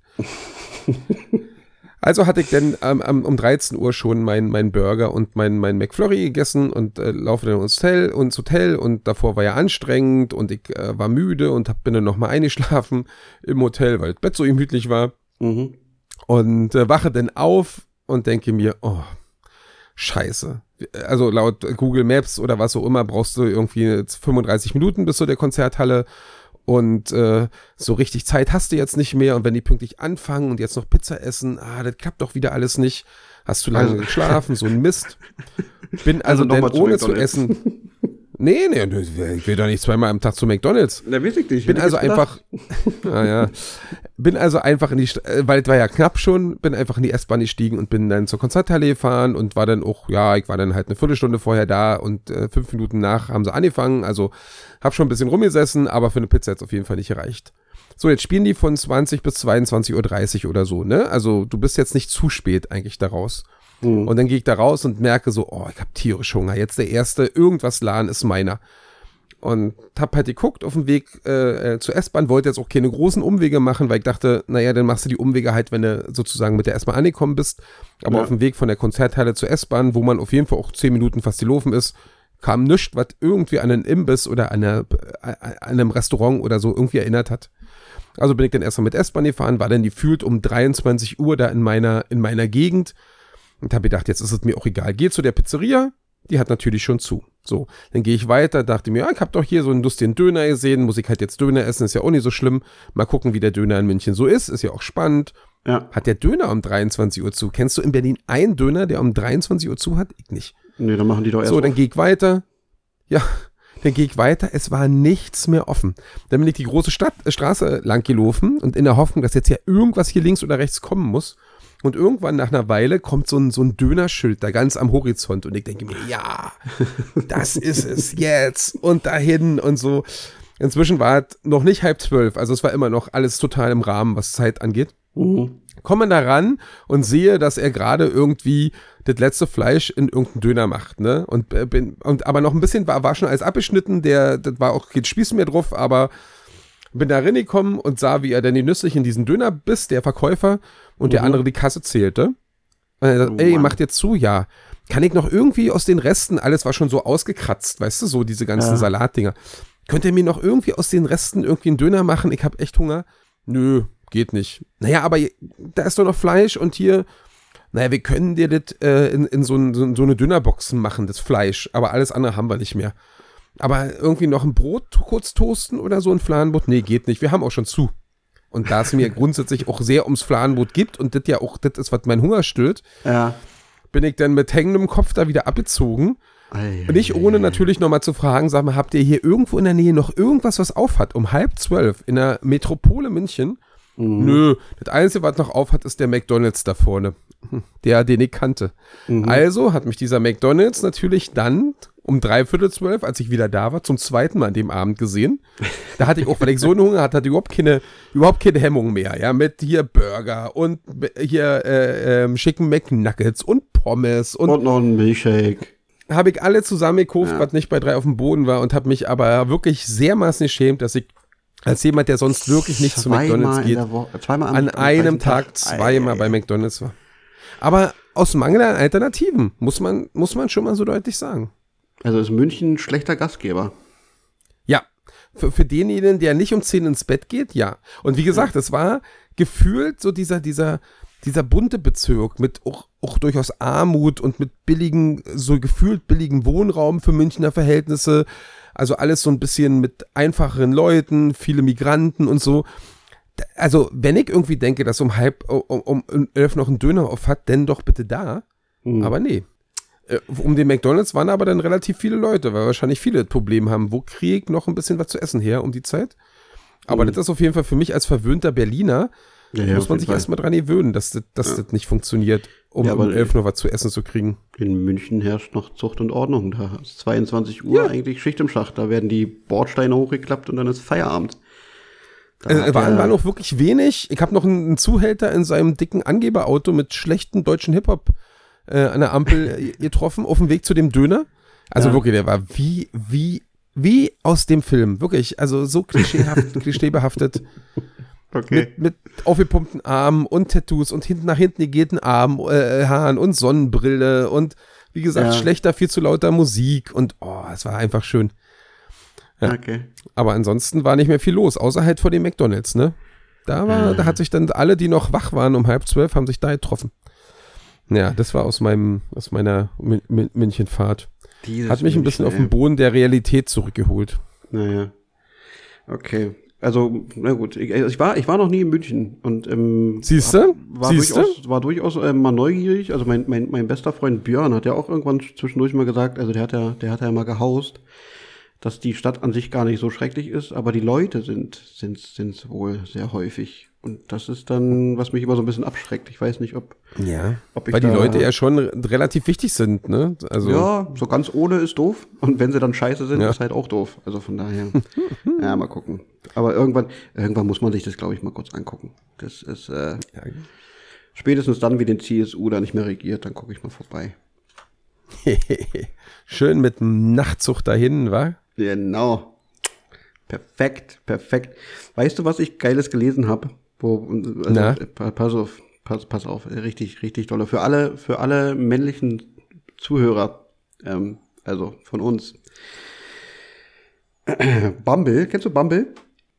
Also hatte ich dann um 13 Uhr schon meinen Burger und mein McFlurry gegessen und laufe dann ins Hotel und davor war ja anstrengend und ich war müde und bin dann nochmal eingeschlafen im Hotel, weil das Bett so gemütlich war. Und wache dann auf und denke mir, oh, scheiße. Also laut Google Maps oder was auch immer brauchst du irgendwie 35 Minuten bis zu der Konzerthalle und so richtig Zeit hast du jetzt nicht mehr und wenn die pünktlich anfangen und jetzt noch Pizza essen, das klappt doch wieder alles nicht. Hast du lange geschlafen, so ein Mist. Bin also dann ohne zu essen... Nee, ich will doch nicht zweimal am Tag zu McDonald's. Na, weiß ich nicht. Bin also einfach, bin also einfach weil es war ja knapp schon, bin einfach in die S-Bahn gestiegen und bin dann zur Konzerthalle gefahren und war dann auch, ich war dann halt eine Viertelstunde vorher da und 5 Minuten nach haben sie angefangen, also hab schon ein bisschen rumgesessen, aber für eine Pizza hat es auf jeden Fall nicht gereicht. So, jetzt spielen die von 20 bis 22.30 Uhr oder so, ne? Also du bist jetzt nicht zu spät eigentlich da raus. Und dann gehe ich da raus und merke so, ich habe tierisch Hunger. Jetzt der erste, irgendwas Laden ist meiner. Und hab halt geguckt auf dem Weg zur S-Bahn, wollte jetzt auch keine großen Umwege machen, weil ich dachte, naja, dann machst du die Umwege halt, wenn du sozusagen mit der S-Bahn angekommen bist. Aber auf dem Weg von der Konzerthalle zur S-Bahn, wo man auf jeden Fall auch 10 Minuten fast gelaufen ist, kam nichts, was irgendwie an einen Imbiss oder an einem Restaurant oder so irgendwie erinnert hat. Also bin ich dann erstmal mit S-Bahn gefahren, war dann gefühlt um 23 Uhr da in meiner Gegend. Und habe gedacht, jetzt ist es mir auch egal. Geh zu der Pizzeria, die hat natürlich schon zu. So, dann gehe ich weiter, dachte mir, ich habe doch hier so einen lustigen Döner gesehen, muss ich halt jetzt Döner essen, ist ja auch nicht so schlimm. Mal gucken, wie der Döner in München so ist ja auch spannend. Ja. Hat der Döner um 23 Uhr zu? Kennst du in Berlin einen Döner, der um 23 Uhr zu hat? Ich nicht. Nee, dann machen die doch erst so, dann gehe ich weiter. Ja, dann gehe ich weiter, es war nichts mehr offen. Dann bin ich die große Straße lang gelaufen und in der Hoffnung, dass jetzt ja irgendwas hier links oder rechts kommen muss. Und irgendwann nach einer Weile kommt so ein Dönerschild da ganz am Horizont und ich denke mir, ja, das ist es jetzt und dahin und so. Inzwischen war es noch nicht 11:30, also es war immer noch alles total im Rahmen, was Zeit angeht. Komme da ran und sehe, dass er gerade irgendwie das letzte Fleisch in irgendeinen Döner macht, ne? Und aber noch ein bisschen war schon alles abgeschnitten, das war auch kein Spieß mehr drauf, aber bin da reingekommen und sah, wie er dann die Nüsse in diesen Döner biss, der Verkäufer, und der andere die Kasse zählte. Und er sagt, macht jetzt zu? Ja. Kann ich noch irgendwie aus den Resten, alles war schon so ausgekratzt, weißt du, so diese ganzen Salatdinger. Könnt ihr mir noch irgendwie aus den Resten irgendwie einen Döner machen? Ich habe echt Hunger. Nö, geht nicht. Naja, aber da ist doch noch Fleisch und hier, wir können dir das in so eine Dönerbox machen, das Fleisch, aber alles andere haben wir nicht mehr. Aber irgendwie noch ein Brot kurz toasten oder so, ein Fladenbrot? Nee, geht nicht. Wir haben auch schon zu. Und da es mir grundsätzlich auch sehr ums Fladenbrot gibt und das ja auch das ist, was mein Hunger stillt, bin ich dann mit hängendem Kopf da wieder abgezogen. Nicht ohne natürlich nochmal zu fragen, sag mal, habt ihr hier irgendwo in der Nähe noch irgendwas, was auf hat? Um 11:30 in der Metropole München? Nö, das Einzige, was noch auf hat, ist der McDonald's da vorne. Den ich kannte. Also hat mich dieser McDonald's natürlich dann um 11:45, als ich wieder da war, zum zweiten Mal an dem Abend gesehen. Da hatte ich auch, weil ich so einen Hunger hatte, überhaupt keine Hemmung mehr, ja, mit hier Burger und hier Chicken McNuggets und Pommes und noch ein Milchshake. Habe ich alle zusammen gekauft, was nicht bei 3 auf dem Boden war und habe mich aber wirklich sehr maßen geschämt, dass ich als jemand, der sonst wirklich nicht zu McDonald's geht, an einem Tag zweimal bei McDonald's war. Aber aus Mangel an Alternativen, muss man schon mal so deutlich sagen. Also ist München ein schlechter Gastgeber? Ja, für denjenigen, der nicht um 10 ins Bett geht, ja. Und wie gesagt, es war gefühlt so dieser bunte Bezirk mit auch durchaus Armut und mit so gefühlt billigen Wohnraum für Münchner Verhältnisse. Also alles so ein bisschen mit einfacheren Leuten, viele Migranten und so. Also wenn ich irgendwie denke, dass um 11 noch ein Döner auf hat, dann doch bitte da. Aber nee. Um den McDonald's waren aber dann relativ viele Leute, weil wahrscheinlich viele das Problem haben, wo kriege ich noch ein bisschen was zu essen her um die Zeit? Aber das ist auf jeden Fall für mich als verwöhnter Berliner, muss man sich erstmal dran gewöhnen, dass das nicht funktioniert, um 11 noch was zu essen zu kriegen. In München herrscht noch Zucht und Ordnung. Da ist 22 Uhr eigentlich Schicht im Schacht. Da werden die Bordsteine hochgeklappt und dann ist Feierabend. Waren auch wirklich wenig. Ich habe noch einen Zuhälter in seinem dicken Angeberauto mit schlechten deutschen Hip-Hop an der Ampel getroffen, auf dem Weg zu dem Döner. Also wirklich, der war wie aus dem Film. Wirklich, also so klischeebehaftet. Okay. Mit aufgepumpten Armen und Tattoos und nach hinten gegehten Armen, Haaren und Sonnenbrille und wie gesagt, schlechter, viel zu lauter Musik und es war einfach schön. Ja. Okay. Aber ansonsten war nicht mehr viel los, außer halt vor dem McDonald's, ne? Da hat sich dann alle, die noch wach waren um 11:30, haben sich da getroffen. Ja, das war aus meiner Münchenfahrt. Hat mich ein bisschen auf den Boden der Realität zurückgeholt. Naja. Okay. Also, na gut. Ich war noch nie in München und Siehst du? War durchaus mal neugierig. Also mein bester Freund Björn hat ja auch irgendwann zwischendurch mal gesagt, also der hat ja mal gehaust, dass die Stadt an sich gar nicht so schrecklich ist, aber die Leute sind wohl sehr häufig. Und das ist dann, was mich immer so ein bisschen abschreckt. Ich weiß nicht, ob ich weil die Leute ja schon relativ wichtig sind, ne? Also ja, so ganz ohne ist doof. Und wenn sie dann scheiße sind, ist halt auch doof. Also von daher, ja, mal gucken. Aber irgendwann muss man sich das, glaube ich, mal kurz angucken. Das ist spätestens dann, wie den CSU da nicht mehr regiert, dann gucke ich mal vorbei. Schön mit dem Nachtzug dahin, wa? Genau. Perfekt. Weißt du, was ich Geiles gelesen habe? Pass auf, richtig dolle. Für alle männlichen Zuhörer, also von uns. Bumble, kennst du Bumble?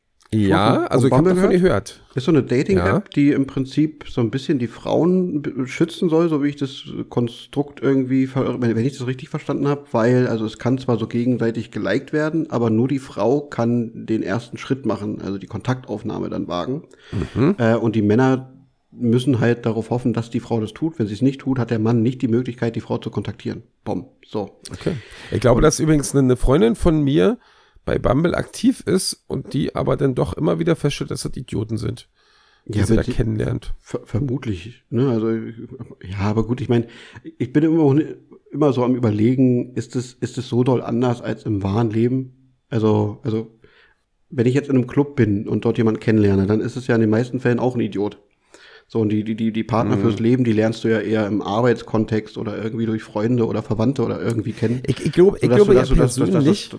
Ja, also ich habe davon gehört. Ist so eine Dating-App, die im Prinzip so ein bisschen die Frauen schützen soll, so wie ich das Konstrukt irgendwie, wenn ich das richtig verstanden habe, weil, also es kann zwar so gegenseitig geliked werden, aber nur die Frau kann den ersten Schritt machen, also die Kontaktaufnahme dann wagen. Und die Männer müssen halt darauf hoffen, dass die Frau das tut. Wenn sie es nicht tut, hat der Mann nicht die Möglichkeit, die Frau zu kontaktieren. Bom. So. Okay. Ich glaube, dass übrigens eine Freundin von mir bei Bumble aktiv ist und die aber dann doch immer wieder feststellt, dass das Idioten sind, die sie da kennenlernt. Vermutlich, ne, also, ja, aber gut, ich meine, ich bin immer so am Überlegen, ist es so doll anders als im wahren Leben? Also, wenn ich jetzt in einem Club bin und dort jemanden kennenlerne, dann ist es ja in den meisten Fällen auch ein Idiot. So, und die Partner fürs Leben, die lernst du ja eher im Arbeitskontext oder irgendwie durch Freunde oder Verwandte oder irgendwie kennen. Ich glaube persönlich.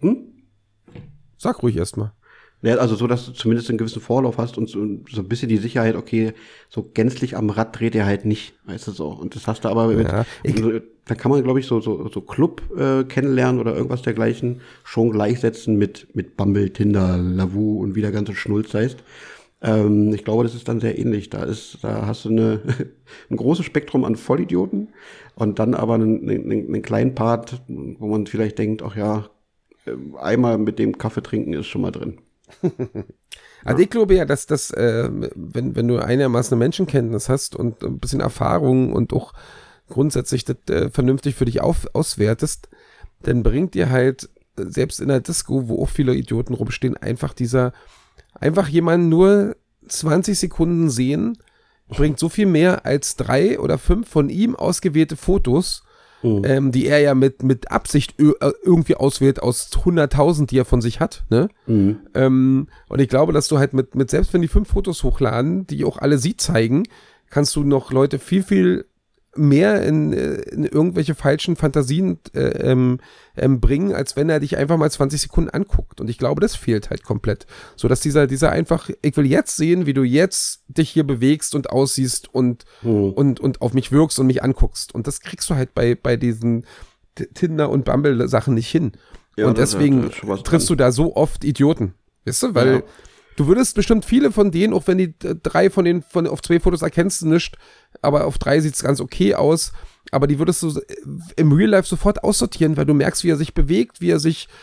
Sag ruhig erstmal. Ja, also so, dass du zumindest einen gewissen Vorlauf hast und so ein bisschen die Sicherheit, okay, so gänzlich am Rad dreht er halt nicht, weißt du so. Und das hast du aber da kann man, glaube ich, so Club kennenlernen oder irgendwas dergleichen schon gleichsetzen mit Bumble, Tinder, Lavu und wie der ganze Schnulz heißt. Ich glaube, das ist dann sehr ähnlich. Da hast du ein großes Spektrum an Vollidioten und dann aber einen kleinen Part, wo man vielleicht denkt, ach ja, einmal mit dem Kaffee trinken ist schon mal drin. Also ich glaube ja, dass das, wenn du einigermaßen eine Menschenkenntnis hast und ein bisschen Erfahrung und auch grundsätzlich das vernünftig für dich auswertest, dann bringt dir halt, selbst in der Disco, wo auch viele Idioten rumstehen, einfach jemanden nur 20 Sekunden sehen, bringt so viel mehr als 3 oder 5 von ihm ausgewählte Fotos, die er ja mit Absicht irgendwie auswählt aus 100.000, die er von sich hat, ne? Und ich glaube, dass du halt mit selbst wenn die 5 Fotos hochladen, die auch alle sie zeigen, kannst du noch Leute viel, viel mehr in irgendwelche falschen Fantasien bringen, als wenn er dich einfach mal 20 Sekunden anguckt. Und ich glaube, das fehlt halt komplett. So dass dieser einfach, ich will jetzt sehen, wie du jetzt dich hier bewegst und aussiehst und auf mich wirkst und mich anguckst. Und das kriegst du halt bei diesen Tinder- und Bumble-Sachen nicht hin. Ja, und deswegen triffst du da so oft Idioten. Weißt du? Weil du würdest bestimmt viele von denen, auch wenn die 3 von auf 2 Fotos erkennst du nicht, aber auf 3 sieht es ganz okay aus, aber die würdest du im Real Life sofort aussortieren, weil du merkst, wie er sich bewegt, wie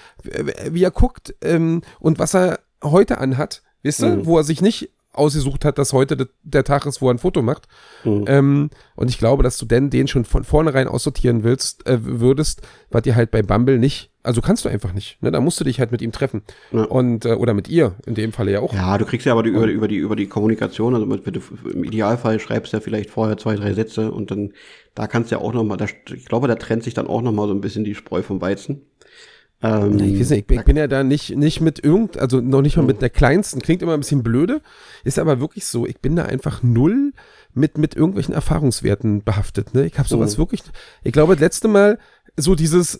er guckt und was er heute anhat, weißt du, wo er sich nicht ausgesucht hat, dass heute der Tag ist, wo er ein Foto macht. Und ich glaube, dass du den schon von vornherein aussortieren würdest, was dir halt bei Bumble nicht, also kannst du einfach nicht. Ne? Da musst du dich halt mit ihm treffen. Ja. Und oder mit ihr, in dem Falle ja auch. Ja, du kriegst ja aber über die Kommunikation, also im Idealfall schreibst du ja vielleicht vorher 2, 3 Sätze und dann, da kannst du ja auch nochmal, ich glaube, da trennt sich dann auch nochmal so ein bisschen die Spreu vom Weizen. Ich weiß nicht, ich bin ja da nicht mit also noch nicht mal mit der kleinsten, klingt immer ein bisschen blöde, ist aber wirklich so, ich bin da einfach null mit irgendwelchen Erfahrungswerten behaftet, ne? Ich habe sowas wirklich, ich glaube, das letzte Mal so dieses,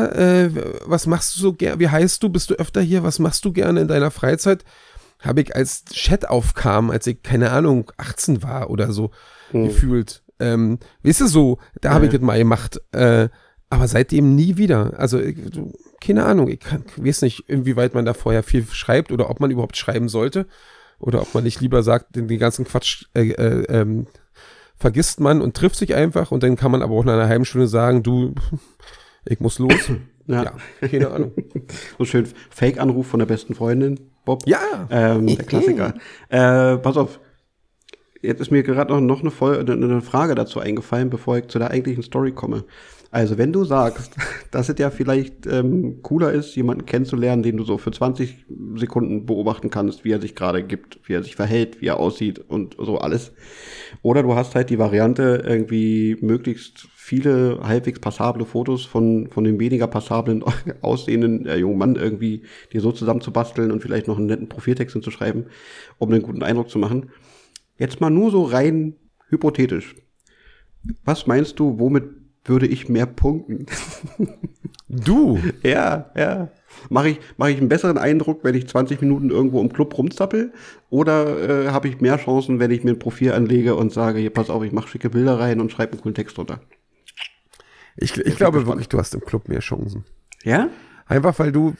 was machst du so gerne, wie heißt du, bist du öfter hier, was machst du gerne in deiner Freizeit, habe ich als Chat aufkam, als ich, keine Ahnung, 18 war oder so, gefühlt. Weißt du, so, da habe ich das mal gemacht, aber seitdem nie wieder. Also, keine Ahnung, ich weiß nicht, inwieweit man da vorher viel schreibt oder ob man überhaupt schreiben sollte. oder ob man nicht lieber sagt, den ganzen Quatsch vergisst man und trifft sich einfach und dann kann man aber auch nach einer halben Stunde sagen, du, ich muss los. Ja, keine Ahnung. So schön Fake-Anruf von der besten Freundin, Bob. Ja. Der Klassiker. Pass auf. Jetzt ist mir gerade noch eine Frage dazu eingefallen, bevor ich zu der eigentlichen Story komme. Also wenn du sagst, dass es ja vielleicht cooler ist, jemanden kennenzulernen, den du so für 20 Sekunden beobachten kannst, wie er sich gerade gibt, wie er sich verhält, wie er aussieht und so alles. Oder du hast halt die Variante, irgendwie möglichst viele halbwegs passable Fotos von dem weniger passablen aussehenden jungen Mann irgendwie dir so zusammenzubasteln und vielleicht noch einen netten Profiltext hinzuschreiben, um einen guten Eindruck zu machen. Jetzt mal nur so rein hypothetisch. Was meinst du, womit würde ich mehr punkten? Du? Ja. Mach ich einen besseren Eindruck, wenn ich 20 Minuten irgendwo im Club rumzappel? Oder habe ich mehr Chancen, wenn ich mir ein Profil anlege und sage, hier, pass auf, ich mache schicke Bilder rein und schreibe einen coolen Text drunter? Ich glaube wirklich, du hast im Club mehr Chancen. Ja? Einfach weil du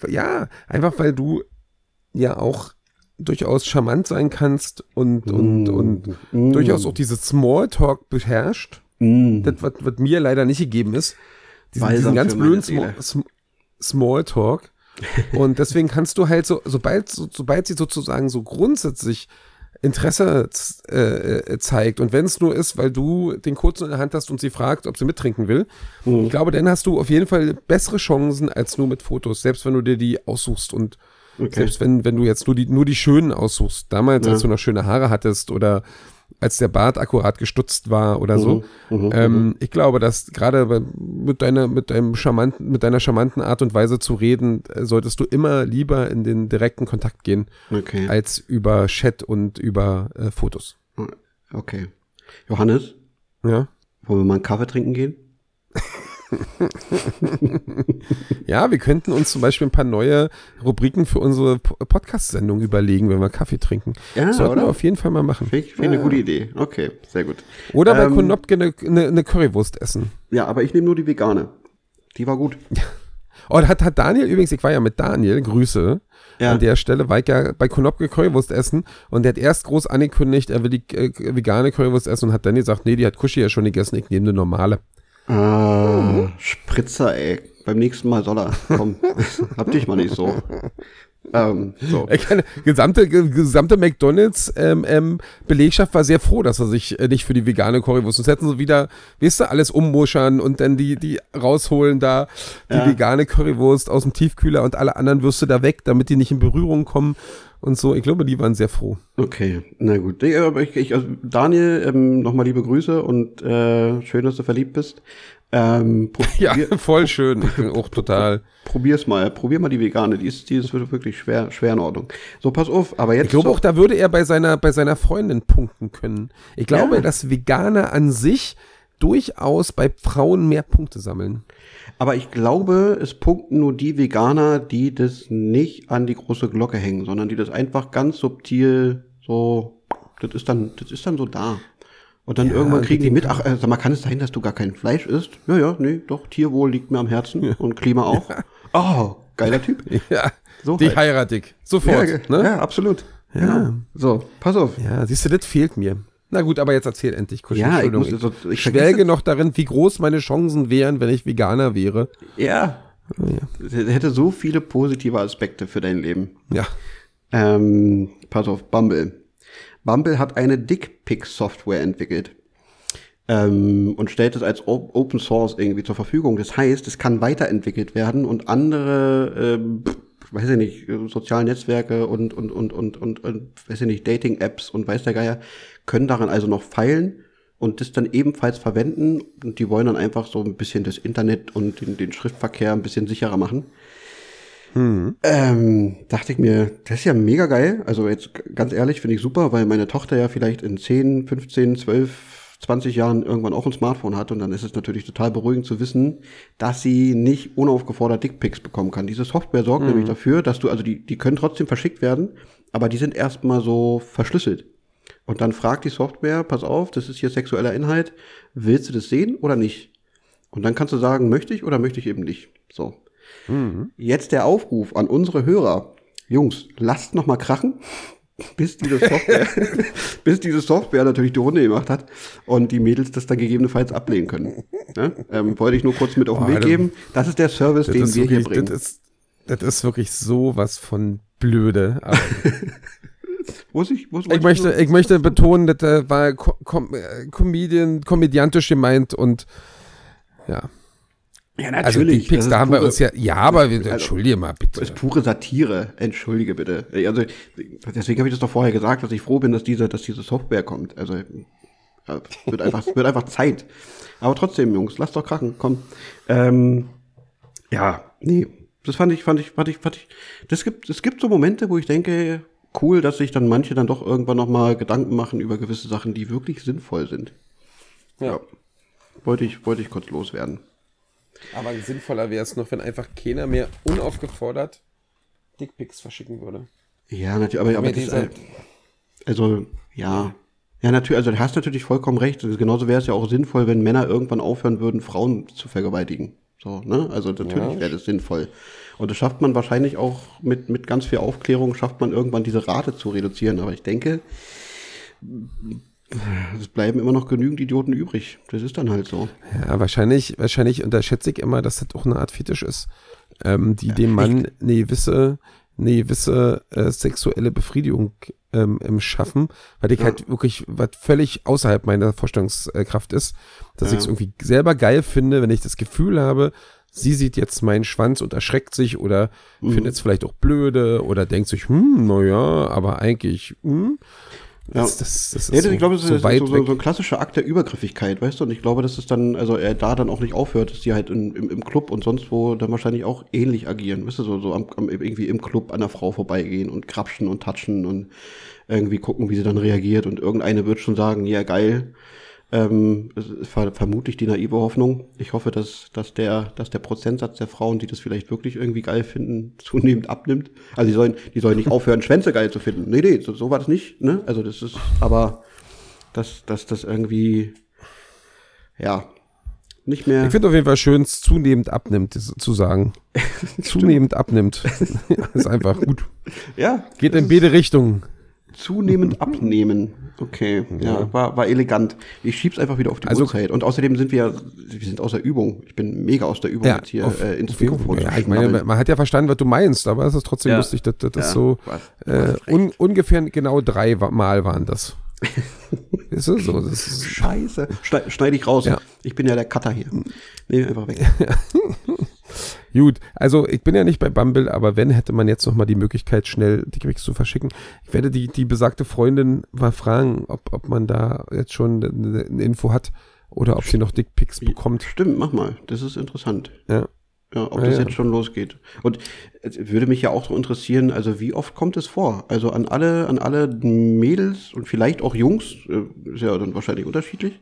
ja auch durchaus charmant sein kannst und durchaus auch dieses Smalltalk beherrscht. Das, was mir leider nicht gegeben ist. Diesen ganz blöden Smalltalk. Und deswegen kannst du halt sobald sie sozusagen so grundsätzlich Interesse zeigt und wenn es nur ist, weil du den kurzen in der Hand hast und sie fragt, ob sie mittrinken will, ich glaube, dann hast du auf jeden Fall bessere Chancen als nur mit Fotos, selbst wenn du dir die aussuchst und selbst wenn du jetzt nur die schönen aussuchst, damals, als du noch schöne Haare hattest oder als der Bart akkurat gestutzt war oder so. Ich glaube, dass gerade mit deiner charmanten Art und Weise zu reden, solltest du immer lieber in den direkten Kontakt gehen, als über Chat und über Fotos. Okay. Johannes? Ja? Wollen wir mal einen Kaffee trinken gehen? Ja, wir könnten uns zum Beispiel ein paar neue Rubriken für unsere Podcast-Sendung überlegen, wenn wir Kaffee trinken. Ja, sollten wir auf jeden Fall mal machen. Finde ich eine gute Idee. Okay, sehr gut. Oder bei Konopke eine Currywurst essen. Ja, aber ich nehme nur die vegane. Die war gut. Oh, hat Daniel übrigens, ich war ja mit Daniel, Grüße an der Stelle, war ich ja bei Konopke Currywurst essen und der hat erst groß angekündigt, er will die vegane Currywurst essen und hat dann gesagt, nee, die hat Kuschi ja schon gegessen, ich nehme eine normale. Spritzer, ey. Beim nächsten Mal soll er. Komm, hab dich mal nicht so. So. Gesamte McDonalds Belegschaft war sehr froh, dass er sich nicht für die vegane Currywurst, sonst hätten sie wieder, weißt du, alles ummuschern und dann die rausholen da, die vegane Currywurst aus dem Tiefkühler und alle anderen Würste da weg, damit die nicht in Berührung kommen und so. Ich glaube, die waren sehr froh. Okay, na gut. Aber also Daniel, nochmal liebe Grüße und schön, dass du verliebt bist. Ja, voll schön. Ich bin auch total. Probier mal die vegane. Die ist wirklich schwer in Ordnung. So, pass auf, aber jetzt. Ich glaube auch, da würde er bei seiner Freundin punkten können. Ich glaube, dass Veganer an sich durchaus bei Frauen mehr Punkte sammeln. Aber ich glaube, es punkten nur die Veganer, die das nicht an die große Glocke hängen, sondern die das einfach ganz subtil so, das ist dann so da. Und dann irgendwann kriegen die mit, ach, sag mal, kann es sein, dass du gar kein Fleisch isst? Ja, nee, doch, Tierwohl liegt mir am Herzen und Klima auch. Ja. Oh, geiler Typ. Ja, so die heirate ich. Sofort. Ja, ne? Ja, absolut. Ja. Genau. So, pass auf. Ja, siehst du, das fehlt mir. Na gut, aber jetzt erzähl endlich, Kuschi. Ja, ich schwelge noch darin, wie groß meine Chancen wären, wenn ich Veganer wäre. Ja. Hätte so viele positive Aspekte für dein Leben. Ja. Pass auf, Bumble. Bumble hat eine Dickpic-Software entwickelt und stellt es als Open Source irgendwie zur Verfügung. Das heißt, es kann weiterentwickelt werden und andere, weiß ich nicht, soziale Netzwerke und weiß ich nicht, Dating-Apps und weiß der Geier können daran also noch feilen und das dann ebenfalls verwenden und die wollen dann einfach so ein bisschen das Internet und den Schriftverkehr ein bisschen sicherer machen. Dachte ich mir, das ist ja mega geil. Also jetzt ganz ehrlich, finde ich super, weil meine Tochter ja vielleicht in 10, 15, 12, 20 Jahren irgendwann auch ein Smartphone hat und dann ist es natürlich total beruhigend zu wissen, dass sie nicht unaufgefordert Dickpics bekommen kann. Diese Software sorgt nämlich dafür, dass du, also die können trotzdem verschickt werden, aber die sind erstmal so verschlüsselt. Und dann fragt die Software, pass auf, das ist hier sexueller Inhalt, willst du das sehen oder nicht? Und dann kannst du sagen, möchte ich oder möchte ich eben nicht. So. Jetzt der Aufruf an unsere Hörer. Jungs, lasst noch mal krachen. bis diese Software natürlich die Runde gemacht hat und die Mädels das dann gegebenenfalls ablehnen können. Ja? Wollte ich nur kurz mit auf den Weg geben. Das ist der Service, den wir hier bringen. Das ist wirklich sowas von blöde. Ich möchte betonen, das war komödiantisch gemeint und ja. Ja, natürlich. Also die Pics, da haben wir uns aber entschuldige mal bitte. Das ist pure Satire, entschuldige bitte. Also deswegen habe ich das doch vorher gesagt, dass ich froh bin, dass diese Software kommt. Also wird einfach Zeit. Aber trotzdem, Jungs, lasst doch krachen, komm. Das fand ich. Es gibt so Momente, wo ich denke, cool, dass sich dann manche dann doch irgendwann noch mal Gedanken machen über gewisse Sachen, die wirklich sinnvoll sind. Ja. Wollte ich kurz loswerden. Aber sinnvoller wäre es noch, wenn einfach keiner mehr unaufgefordert Dickpics verschicken würde. Ja, natürlich, aber natürlich, also du hast natürlich vollkommen recht. Also, genauso wäre es ja auch sinnvoll, wenn Männer irgendwann aufhören würden, Frauen zu vergewaltigen. So, ne? Also natürlich wäre das sinnvoll. Und das schafft man wahrscheinlich auch mit ganz viel Aufklärung, schafft man irgendwann diese Rate zu reduzieren. Aber ich denke, es bleiben immer noch genügend Idioten übrig. Das ist dann halt so. Ja, wahrscheinlich unterschätze ich immer, dass das auch eine Art Fetisch ist, die dem Mann eine gewisse sexuelle Befriedigung schaffen, weil ich halt wirklich was völlig außerhalb meiner Vorstellungskraft ist, dass ich es irgendwie selber geil finde, wenn ich das Gefühl habe, sie sieht jetzt meinen Schwanz und erschreckt sich oder findet es vielleicht auch blöde oder denkt sich, naja, aber eigentlich, Das ist ich glaube, das ist so ein klassischer Akt der Übergriffigkeit, weißt du? Und ich glaube, dass es dann, also er da dann auch nicht aufhört, dass die halt im Club und sonst wo dann wahrscheinlich auch ähnlich agieren, weißt du? So irgendwie im Club an der Frau vorbeigehen und krapschen und touchen und irgendwie gucken, wie sie dann reagiert. Und irgendeine wird schon sagen, ja geil. Das ist vermutlich die naive Hoffnung. Ich hoffe, dass der Prozentsatz der Frauen, die das vielleicht wirklich irgendwie geil finden, zunehmend abnimmt. Also die sollen nicht aufhören, Schwänze geil zu finden. Nee, so war das nicht, ne? Also das ist, aber dass das irgendwie, nicht mehr. Ich finde auf jeden Fall schön, es zunehmend abnimmt, zu sagen. Zunehmend abnimmt. Ist einfach gut. Ja. Geht in beide Richtungen. Zunehmend abnehmen. Okay, war elegant. Ich schieb's einfach wieder auf die Uhrzeit. Und außerdem sind wir sind aus der Übung. Ich bin mega aus der Übung jetzt hier ins Mikrofon. Ja, ich meine, man hat ja verstanden, was du meinst, aber es ist trotzdem lustig, dass das so ungefähr genau 3 Mal waren das. Ist das so? Das ist Scheiße. Schneide ich raus. Ja. Ich bin ja der Cutter hier. Nee, einfach weg. Gut, also ich bin ja nicht bei Bumble, aber wenn, hätte man jetzt noch mal die Möglichkeit, schnell Dickpics zu verschicken. Ich werde die besagte Freundin mal fragen, ob man da jetzt schon eine Info hat oder ob sie noch Dickpics bekommt. Stimmt, mach mal. Das ist interessant. Ja. Ja, ob das jetzt schon losgeht. Und es würde mich ja auch so interessieren, also wie oft kommt es vor? Also an alle Mädels und vielleicht auch Jungs, ist ja dann wahrscheinlich unterschiedlich.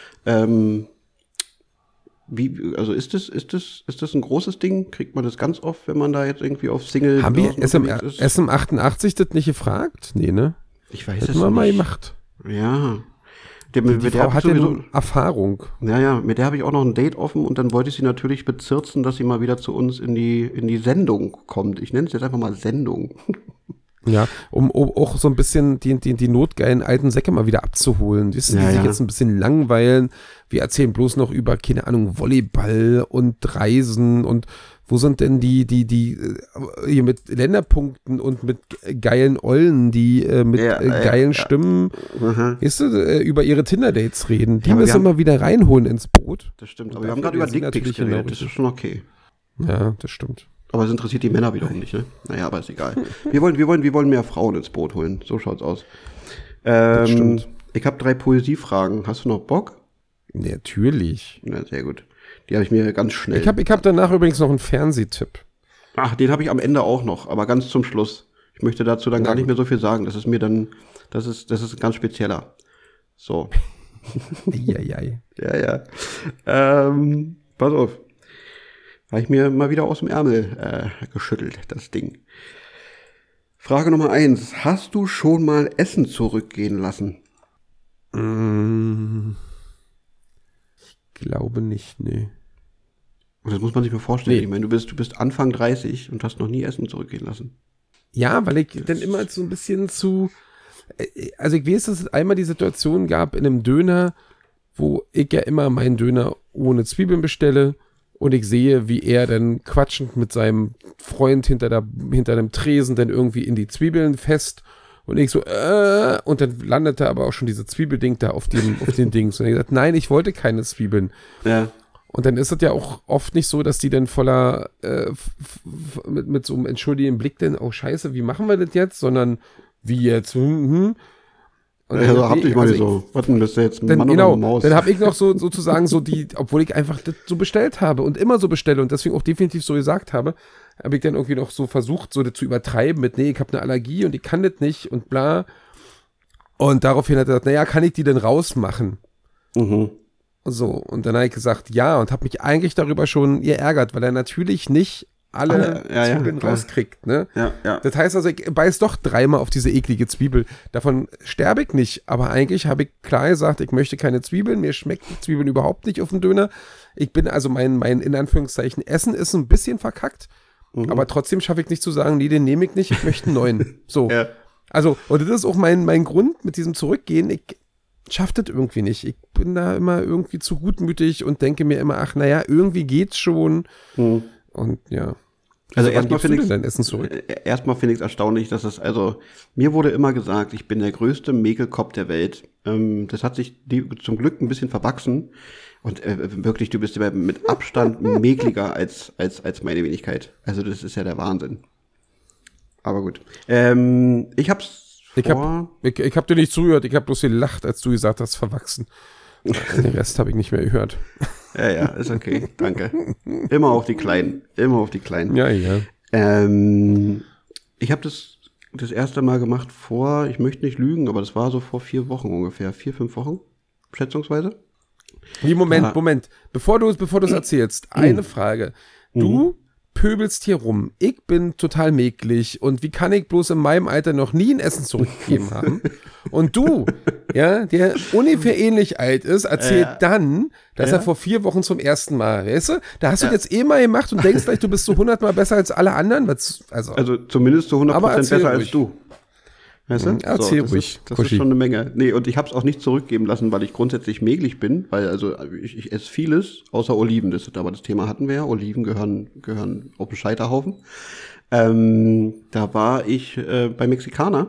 Also ist das ein großes Ding? Kriegt man das ganz oft, wenn man da jetzt irgendwie auf Single... Haben wir SM88 das nicht gefragt? Nee, ne? Ich weiß es nicht. Hätten wir mal gemacht. Ja. Die Frau hat ja nur Erfahrung. Ja, mit der habe ich auch noch ein Date offen und dann wollte ich sie natürlich bezirzen, dass sie mal wieder zu uns in die Sendung kommt. Ich nenne es jetzt einfach mal Sendung. Ja, um auch so ein bisschen die notgeilen alten Säcke mal wieder abzuholen. Die sich jetzt ein bisschen langweilen. Wir erzählen bloß noch über, keine Ahnung, Volleyball und Reisen und wo sind denn die hier mit Länderpunkten und mit geilen Ollen, die mit geilen Stimmen, weißt du, über ihre Tinder-Dates reden. Die müssen wir mal wieder reinholen ins Boot. Das stimmt, aber wir haben gerade über Dickpics geredet, das ist schon okay. Ja, das stimmt. Aber es interessiert die Männer wiederum nicht, ne? Naja, aber ist egal. Wir wollen mehr Frauen ins Boot holen, so schaut's aus. Das stimmt. Ich habe 3 Poesiefragen, hast du noch Bock? Natürlich. Na, sehr gut. Die habe ich mir ganz schnell. Ich hab danach übrigens noch einen Fernsehtipp. Ach, den habe ich am Ende auch noch, aber ganz zum Schluss. Ich möchte dazu dann gar nicht mehr so viel sagen. Das ist ein ganz spezieller. So. Eieiei. Ja. Pass auf. Habe ich mir mal wieder aus dem Ärmel geschüttelt, das Ding. Frage Nummer 1. Hast du schon mal Essen zurückgehen lassen? Ich glaube nicht, nee. Und das muss man sich mal vorstellen. Nee. Ich meine, du bist Anfang 30 und hast noch nie Essen zurückgehen lassen. Ja, weil ich dann immer so ein bisschen zu Also ich weiß, dass es einmal die Situation gab in einem Döner, wo ich ja immer meinen Döner ohne Zwiebeln bestelle und ich sehe, wie er dann quatschend mit seinem Freund hinter dem Tresen dann irgendwie in die Zwiebeln fest und ich so, und dann landete aber auch schon diese Zwiebelding da auf den Dings und ich gesagt, nein, ich wollte keine Zwiebeln. Ja. Und dann ist es ja auch oft nicht so, dass die dann voller, mit so einem entschuldigenden Blick dann, oh scheiße, wie machen wir das jetzt? Sondern, wie jetzt? Und also hab dich mal so, was denn, bist du jetzt ein Mann oder eine Maus? Dann habe ich noch sozusagen so obwohl ich einfach das so bestellt habe und immer so bestelle und deswegen auch definitiv so gesagt habe ich dann irgendwie noch so versucht, so das zu übertreiben mit, nee, ich habe eine Allergie und ich kann das nicht und bla. Und daraufhin hat er gesagt, naja, kann ich die denn rausmachen? Mhm. So, und dann habe ich gesagt, ja, und habe mich eigentlich darüber schon geärgert, weil er natürlich nicht alle Zwiebeln rauskriegt, ne? Ja. Das heißt also, ich beiß doch 3-mal auf diese eklige Zwiebel. Davon sterbe ich nicht, aber eigentlich habe ich klar gesagt, ich möchte keine Zwiebeln, mir schmeckt die Zwiebeln überhaupt nicht auf dem Döner. Ich bin also mein in Anführungszeichen Essen ist ein bisschen verkackt, aber trotzdem schaffe ich nicht zu sagen, nee, den nehme ich nicht, ich möchte einen neuen. So. Ja. Also, und das ist auch mein Grund mit diesem Zurückgehen, ich schaffe das irgendwie nicht. Ich bin da immer irgendwie zu gutmütig und denke mir immer, ach naja, irgendwie geht's schon. Und ja. Also erstmal finde ich dein Essen zurück? Erstmal finde ich es erstaunlich, dass es, also mir wurde immer gesagt, ich bin der größte Mäkelkopf der Welt. Das hat sich zum Glück ein bisschen verwachsen. Und wirklich, du bist mit Abstand mäkliger als meine Wenigkeit. Also das ist ja der Wahnsinn. Aber gut. Ich hab dir nicht zugehört, ich habe bloß gelacht, als du gesagt hast, verwachsen. Den Rest habe ich nicht mehr gehört. Ja, ist okay, danke. Immer auf die Kleinen. Ja. Ich habe das erste Mal gemacht ich möchte nicht lügen, aber das war so vor 4 Wochen ungefähr, 4-5 Wochen, schätzungsweise. Moment. Bevor du es erzählst, eine Frage. Du pöbelst hier rum. Ich bin total mäglich und wie kann ich bloß in meinem Alter noch nie ein Essen zurückgegeben haben? Und du, ja, der ungefähr ähnlich alt ist, erzählt dann, dass er vor 4 Wochen zum ersten Mal, weißt du? Da hast du jetzt mal gemacht und denkst gleich, du bist so 100 Mal besser als alle anderen. Also zumindest so 100% besser ruhig. als du. Weißt du? Erzähl ruhig. Das ist schon eine Menge. Nee, und ich habe es auch nicht zurückgeben lassen, weil ich grundsätzlich mäglich bin, weil also ich esse vieles, außer Oliven. Aber das Thema hatten wir ja. Oliven gehören auf den Scheiterhaufen. Da war ich bei Mexikaner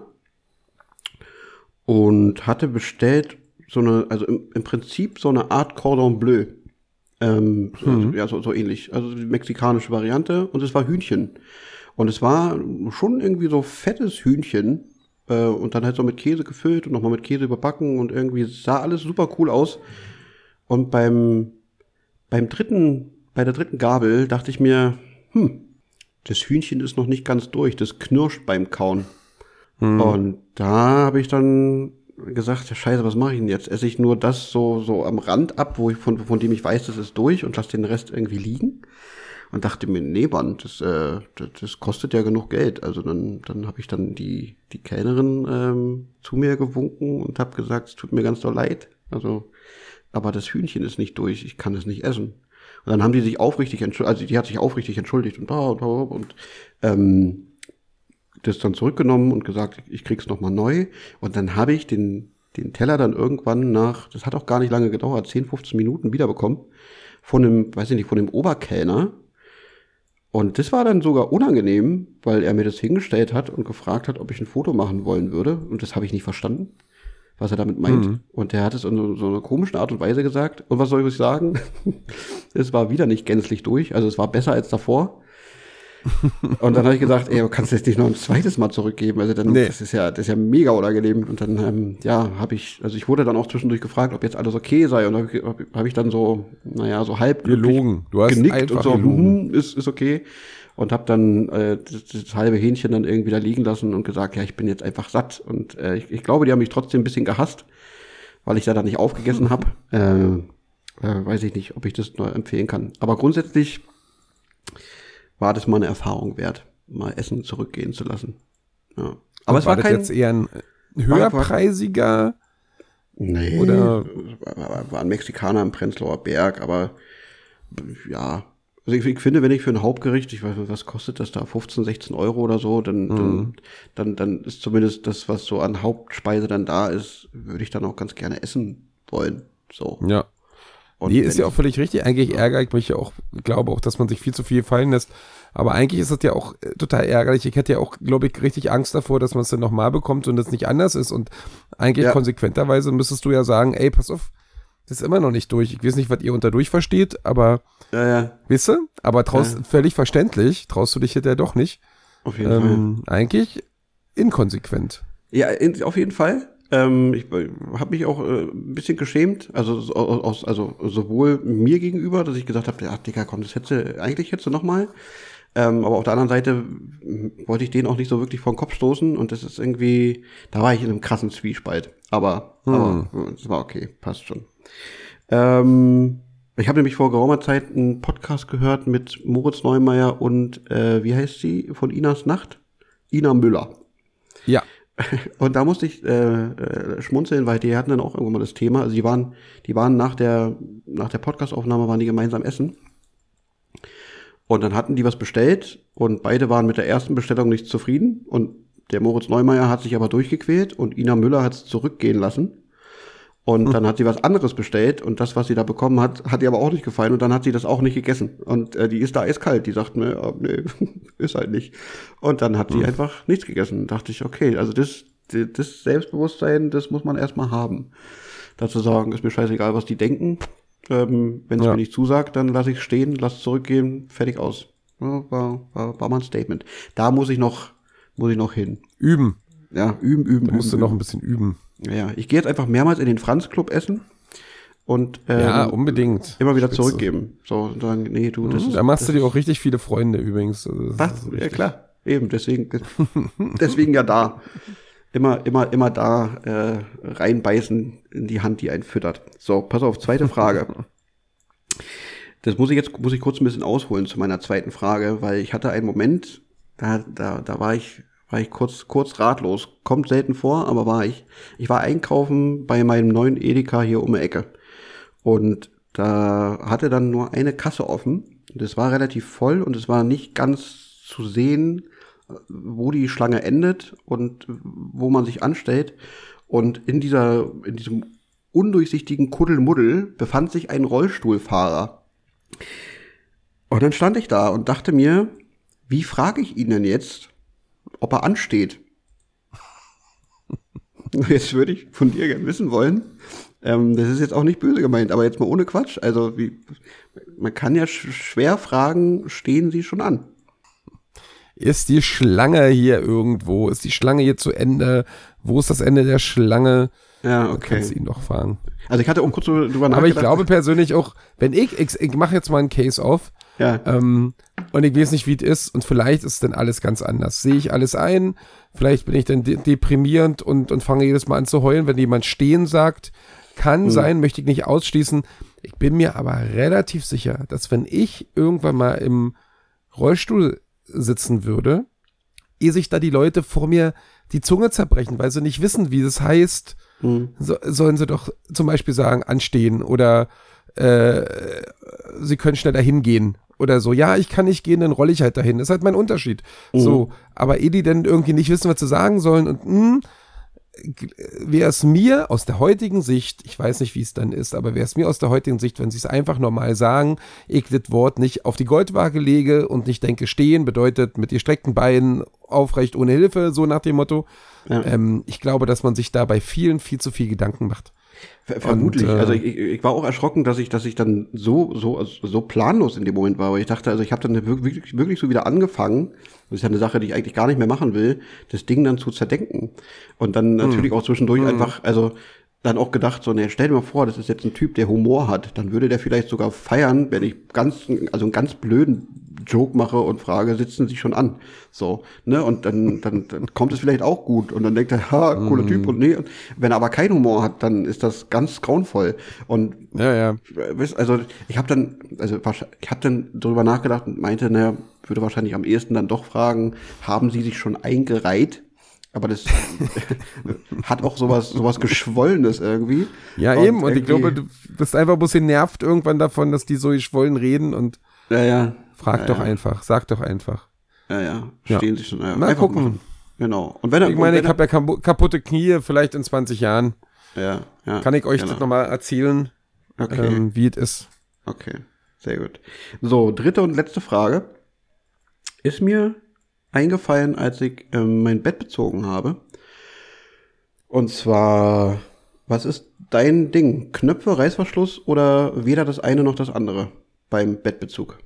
und hatte bestellt also im Prinzip so eine Art Cordon Bleu. So ähnlich. Also die mexikanische Variante. Und es war Hühnchen. Und es war schon irgendwie so fettes Hühnchen. Und dann halt so mit Käse gefüllt und nochmal mit Käse überbacken und irgendwie sah alles super cool aus. Und bei der dritten Gabel dachte ich mir, das Hühnchen ist noch nicht ganz durch, das knirscht beim Kauen. Und da habe ich dann gesagt, ja, scheiße, was mache ich denn jetzt? Esse ich nur das so am Rand ab, von dem ich weiß, das ist durch und lasse den Rest irgendwie liegen? Und dachte mir, nee, Mann, das kostet ja genug Geld. Also dann habe ich dann die Kellnerin zu mir gewunken und habe gesagt, es tut mir ganz doll leid. Also, aber das Hühnchen ist nicht durch, ich kann es nicht essen. Und dann haben die sich aufrichtig entschuldigt, also die hat sich aufrichtig entschuldigt und das dann zurückgenommen und gesagt, ich krieg's nochmal neu. Und dann habe ich den Teller dann irgendwann das hat auch gar nicht lange gedauert, 10-15 Minuten wiederbekommen, von dem Oberkellner. Und das war dann sogar unangenehm, weil er mir das hingestellt hat und gefragt hat, ob ich ein Foto machen wollen würde. Und das habe ich nicht verstanden, was er damit meint. Und er hat es in so einer komischen Art und Weise gesagt. Und was soll ich sagen? Es war wieder nicht gänzlich durch. Also es war besser als davor. Und dann habe ich gesagt, du kannst jetzt nicht noch ein zweites Mal zurückgeben. Also dann, das ist ja mega unangenehm. Und dann, ich wurde dann auch zwischendurch gefragt, ob jetzt alles okay sei. Und hab ich dann so halb gelogen. Du hast genickt und so, ist okay. Und habe dann das halbe Hähnchen dann irgendwie da liegen lassen und gesagt, ja, ich bin jetzt einfach satt. Und ich glaube, die haben mich trotzdem ein bisschen gehasst, weil ich da dann nicht aufgegessen habe. Weiß ich nicht, ob ich das nur empfehlen kann. Aber grundsätzlich war das mal eine Erfahrung wert, mal Essen zurückgehen zu lassen. Ja. Aber es war das jetzt eher ein höherpreisiger? Nee, oder? War ein Mexikaner im Prenzlauer Berg, aber ja, Also ich finde, wenn ich für ein Hauptgericht, ich weiß nicht, was kostet das da, 15, 16 Euro oder so, dann ist zumindest das, was so an Hauptspeise dann da ist, würde ich dann auch ganz gerne essen wollen. So. Ja. Und nee, ist ja auch völlig richtig. Eigentlich ärgere ich mich ja auch, glaube auch, dass man sich viel zu viel fallen lässt. Aber eigentlich ist das ja auch total ärgerlich. Ich hätte ja auch, glaube ich, richtig Angst davor, dass man es dann nochmal bekommt und es nicht anders ist. Und eigentlich konsequenterweise müsstest du ja sagen, ey, pass auf, das ist immer noch nicht durch. Ich weiß nicht, was ihr unter durch versteht, aber weißt du? Aber völlig verständlich, traust du dich ja doch nicht. Auf jeden Fall. Eigentlich inkonsequent. Ja, auf jeden Fall. Ich habe mich auch ein bisschen geschämt, also sowohl mir gegenüber, dass ich gesagt habe, ja, Digga, komm, das hättest du noch mal. Aber auf der anderen Seite wollte ich den auch nicht so wirklich vor den Kopf stoßen und das ist irgendwie, da war ich in einem krassen Zwiespalt. Aber es war okay, passt schon. Ich habe nämlich vor geraumer Zeit einen Podcast gehört mit Moritz Neumeier und wie heißt sie von Inas Nacht? Ina Müller. Ja. Und da musste ich schmunzeln, weil die hatten dann auch irgendwann mal das Thema. Also die waren nach der Podcastaufnahme waren die gemeinsam essen. Und dann hatten die was bestellt und beide waren mit der ersten Bestellung nicht zufrieden. Und der Moritz Neumeier hat sich aber durchgequält und Ina Müller hat es zurückgehen lassen. Und dann hat sie was anderes bestellt und das, was sie da bekommen hat, hat ihr aber auch nicht gefallen und dann hat sie das auch nicht gegessen. Und die ist da eiskalt. Die sagt mir, nee, ist halt nicht. Und dann hat sie einfach nichts gegessen. Da dachte ich, okay, also das Selbstbewusstsein, das muss man erstmal haben. Dazu sagen, ist mir scheißegal, was die denken. Wenn es mir nicht zusagt, dann lasse ich stehen, lass zurückgehen, fertig aus. Ja, war mal ein Statement. Da muss ich noch hin. Üben. Ja, üben. Da musst du noch ein bisschen üben. Ja, ich gehe jetzt einfach mehrmals in den Franz Club essen und unbedingt. Immer wieder zurückgeben. So und sagen, nee, du, das ist. Da machst du dir auch richtig viele Freunde übrigens. Was? Ja klar, eben, deswegen ja da. Immer da reinbeißen in die Hand, die einen füttert. So, pass auf, zweite Frage. Das muss ich kurz ein bisschen ausholen zu meiner zweiten Frage, weil ich hatte einen Moment, da war ich kurz ratlos. Kommt selten vor, aber war ich. Ich war einkaufen bei meinem neuen Edeka hier um die Ecke. Und da hatte dann nur eine Kasse offen. Das war relativ voll und es war nicht ganz zu sehen, wo die Schlange endet und wo man sich anstellt. Und in diesem undurchsichtigen Kuddelmuddel befand sich ein Rollstuhlfahrer. Und dann stand ich da und dachte mir, wie frage ich ihn denn jetzt, ob er ansteht? Jetzt würde ich von dir gerne wissen wollen, das ist jetzt auch nicht böse gemeint, aber jetzt mal ohne Quatsch, also man kann ja schwer fragen, stehen Sie schon an? Ist die Schlange hier irgendwo? Ist die Schlange hier zu Ende? Wo ist das Ende der Schlange? Ja, okay. Kannst du ihn noch fragen. Also ich hatte auch kurz drüber nachgedacht. Aber ich glaube persönlich auch, wenn ich mache jetzt mal einen Case auf, und ich weiß nicht, wie es ist und vielleicht ist dann alles ganz anders. Sehe ich alles ein, vielleicht bin ich dann deprimierend und fange jedes Mal an zu heulen, wenn jemand stehen sagt. Kann sein, möchte ich nicht ausschließen. Ich bin mir aber relativ sicher, dass wenn ich irgendwann mal im Rollstuhl sitzen würde, ehe sich da die Leute vor mir die Zunge zerbrechen, weil sie nicht wissen, wie das heißt, sollen sie doch zum Beispiel sagen, anstehen oder sie können schnell dahin gehen oder so. Ja, ich kann nicht gehen, dann rolle ich halt dahin. Das ist halt mein Unterschied. So, aber ehe die dann irgendwie nicht wissen, was sie sagen sollen und wäre es mir aus der heutigen Sicht, ich weiß nicht, wie es dann ist, aber wäre es mir aus der heutigen Sicht, wenn sie es einfach normal sagen, ich das Wort nicht auf die Goldwaage lege und nicht denke, stehen bedeutet mit gestreckten Beinen aufrecht ohne Hilfe, so nach dem Motto. Ja. Ich glaube, dass man sich da bei vielen viel zu viel Gedanken macht. Vermutlich. Also ich war auch erschrocken, dass ich dann so planlos in dem Moment war. Aber ich dachte, also ich habe dann wirklich so wieder angefangen, das ist ja eine Sache, die ich eigentlich gar nicht mehr machen will, das Ding dann zu zerdenken. Und dann natürlich auch zwischendurch einfach, also dann auch gedacht, so, ne, stell dir mal vor, das ist jetzt ein Typ, der Humor hat. Dann würde der vielleicht sogar feiern, wenn ich einen ganz blöden Joke mache und frage, sitzen Sie schon an? So, ne, und dann kommt es vielleicht auch gut und dann denkt er, ha, cooler Typ und nee, und wenn er aber keinen Humor hat, dann ist das ganz grauenvoll und also ich habe dann drüber nachgedacht und meinte, naja, würde wahrscheinlich am ehesten dann doch fragen, haben Sie sich schon eingereiht? Aber das hat auch sowas Geschwollenes irgendwie. Ja, und eben. Und ich glaube, du bist einfach ein bisschen nervt irgendwann davon, dass die so geschwollen reden und Ja. Frag doch einfach, sag doch einfach. Ja. Stehen Sie schon. Mal gucken. Machen. Genau. Und wenn er, ich meine, ich habe ja kaputte Knie, vielleicht in 20 Jahren. Ja. Kann ich euch das nochmal erzählen, wie es ist. Okay, sehr gut. So, dritte und letzte Frage. Ist mir eingefallen, als ich mein Bett bezogen habe. Und zwar, was ist dein Ding? Knöpfe, Reißverschluss oder weder das eine noch das andere beim Bettbezug?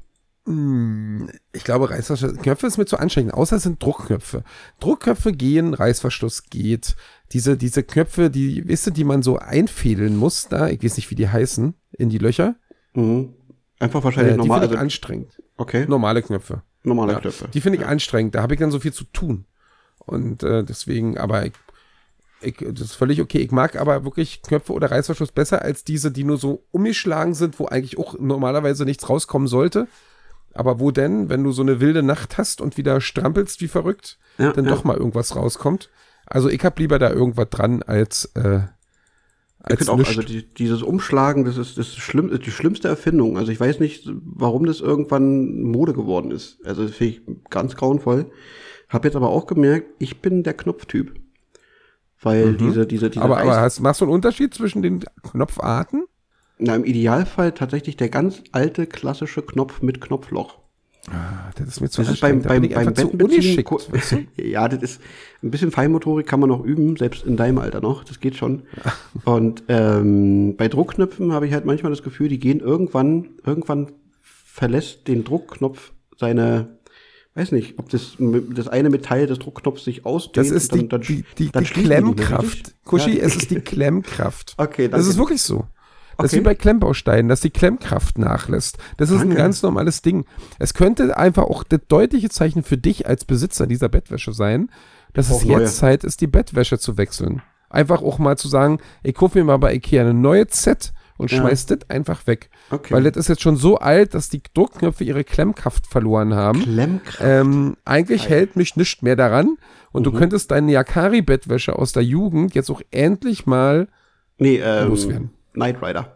Ich glaube, Knöpfe ist mir zu anstrengend, außer es sind Druckknöpfe. Druckknöpfe gehen, Reißverschluss geht. Diese Knöpfe, die man so einfädeln muss, da, ich weiß nicht, wie die heißen, in die Löcher. Mhm. Einfach wahrscheinlich normal. Die finde ich anstrengend. Okay. Normale Knöpfe. Knöpfe. Die finde ich anstrengend, da habe ich dann so viel zu tun. Und deswegen, aber das ist völlig okay. Ich mag aber wirklich Knöpfe oder Reißverschluss besser als diese, die nur so umgeschlagen sind, wo eigentlich auch normalerweise nichts rauskommen sollte. Aber wo denn, wenn du so eine wilde Nacht hast und wieder strampelst wie verrückt, dann doch mal irgendwas rauskommt. Also ich hab lieber da irgendwas dran als ich finde auch, also dieses Umschlagen, das ist die schlimmste Erfindung. Also ich weiß nicht, warum das irgendwann Mode geworden ist. Also das finde ich ganz grauenvoll. Hab jetzt aber auch gemerkt, ich bin der Knopftyp. Weil diese aber machst du einen Unterschied zwischen den Knopfarten? Na, im Idealfall tatsächlich der ganz alte, klassische Knopf mit Knopfloch. Das ist mir zu anstrengend. Beim Bettbeziehen, weißt du? Ja, das ist ein bisschen Feinmotorik kann man noch üben, selbst in deinem Alter noch, das geht schon. Und bei Druckknöpfen habe ich halt manchmal das Gefühl, die gehen irgendwann verlässt den Druckknopf seine, weiß nicht, ob das eine Metall des Druckknopfs sich ausdehnt. Das ist die Klemmkraft. Kuschi, es ist die Klemmkraft. Okay, danke. Das ist wirklich so. Das ist wie bei Klemmbausteinen, dass die Klemmkraft nachlässt. Das ist ein ganz normales Ding. Es könnte einfach auch das deutliche Zeichen für dich als Besitzer dieser Bettwäsche sein, dass es jetzt Zeit ist, die Bettwäsche zu wechseln. Einfach auch mal zu sagen, ich kaufe mir mal bei Ikea eine neue Set und schmeiß das einfach weg. Okay. Weil das ist jetzt schon so alt, dass die Druckknöpfe ihre Klemmkraft verloren haben. Klemmkraft? Eigentlich hält mich nichts mehr daran. Und du könntest deine Yakari-Bettwäsche aus der Jugend jetzt auch endlich mal loswerden. Knight Rider.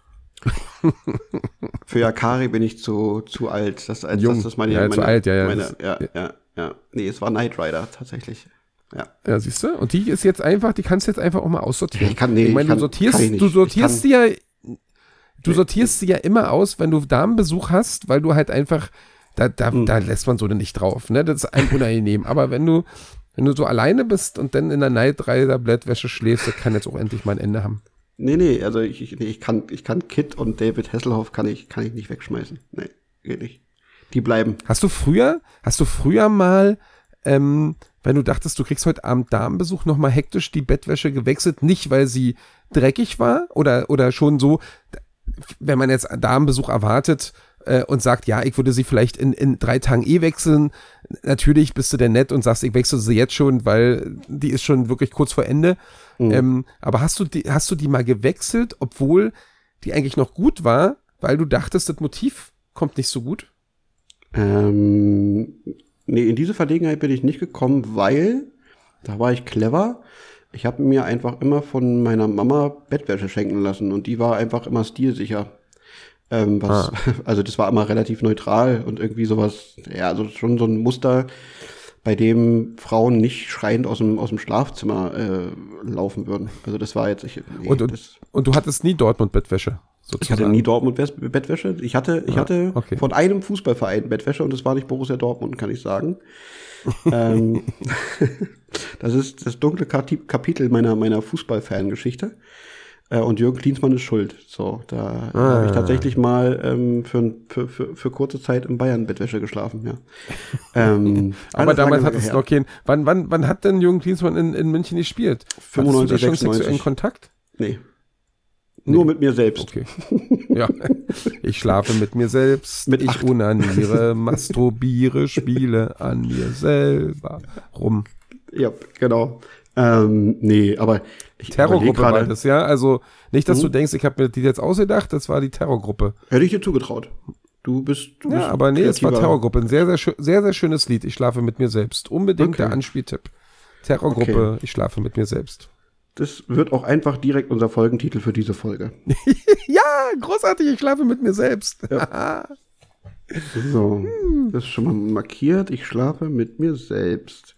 Für Yakari bin ich zu alt. Das meine zu alt, ja. Nee, es war Knight Rider tatsächlich. Ja, siehst du? Und die ist jetzt einfach, die kannst du jetzt einfach auch mal aussortieren. Du sortierst sie ja immer aus, wenn du Damenbesuch hast, weil du halt einfach, da lässt man so nicht drauf, ne? Das ist ein unangenehm. Aber wenn du so alleine bist und dann in der Knight Rider Bettwäsche schläfst, das kann jetzt auch endlich mal ein Ende haben. Nee, also ich kann Kit und David Hasselhoff kann ich nicht wegschmeißen. Nee, geht nicht. Die bleiben. Hast du früher mal, wenn du dachtest, du kriegst heute Abend Damenbesuch, noch mal hektisch die Bettwäsche gewechselt, nicht weil sie dreckig war oder schon so, wenn man jetzt Damenbesuch erwartet und sagt, ja, ich würde sie vielleicht in 3 Tagen wechseln, natürlich bist du denn nett und sagst, ich wechsle sie jetzt schon, weil die ist schon wirklich kurz vor Ende. Aber hast du die mal gewechselt, obwohl die eigentlich noch gut war, weil du dachtest, das Motiv kommt nicht so gut? Nee, in diese Verlegenheit bin ich nicht gekommen, weil, da war ich clever, ich habe mir einfach immer von meiner Mama Bettwäsche schenken lassen und die war einfach immer stilsicher. Also das war immer relativ neutral und irgendwie sowas, ja, also schon so ein Muster, bei dem Frauen nicht schreiend aus dem Schlafzimmer laufen würden. Also das war jetzt... Und du hattest nie Dortmund-Bettwäsche? Sozusagen. Ich hatte nie Dortmund-Bettwäsche. Ich hatte von einem Fußballverein Bettwäsche und das war nicht Borussia Dortmund, kann ich sagen. Das ist das dunkle Kapitel meiner Fußballfangeschichte. Und Jürgen Klinsmann ist schuld. So, da habe ich tatsächlich mal für kurze Zeit in Bayern Bettwäsche geschlafen, ja. Aber damals hat es noch keinen. Wann hat denn Jürgen Klinsmann in München gespielt? 95, Hattest du da schon 96. sexuellen Kontakt? Nee. Nur mit mir selbst. Okay. Ja. Ich schlafe mit mir selbst. Ich unaniere, masturbiere, spiele an mir selber rum. Ja, genau. Nee, aber Terrorgruppe war das, ja? Also nicht, dass du denkst, ich habe mir die jetzt ausgedacht, das war die Terrorgruppe. Hätte ich dir zugetraut. Du bist ja, aber nee, es war Terrorgruppe. Ein sehr, sehr, sehr, sehr schönes Lied. Ich schlafe mit mir selbst. Unbedingt der Anspieltipp. Terrorgruppe, Ich schlafe mit mir selbst. Das wird auch einfach direkt unser Folgentitel für diese Folge. Ja, großartig, ich schlafe mit mir selbst. Ja. So, das ist schon mal markiert. Ich schlafe mit mir selbst.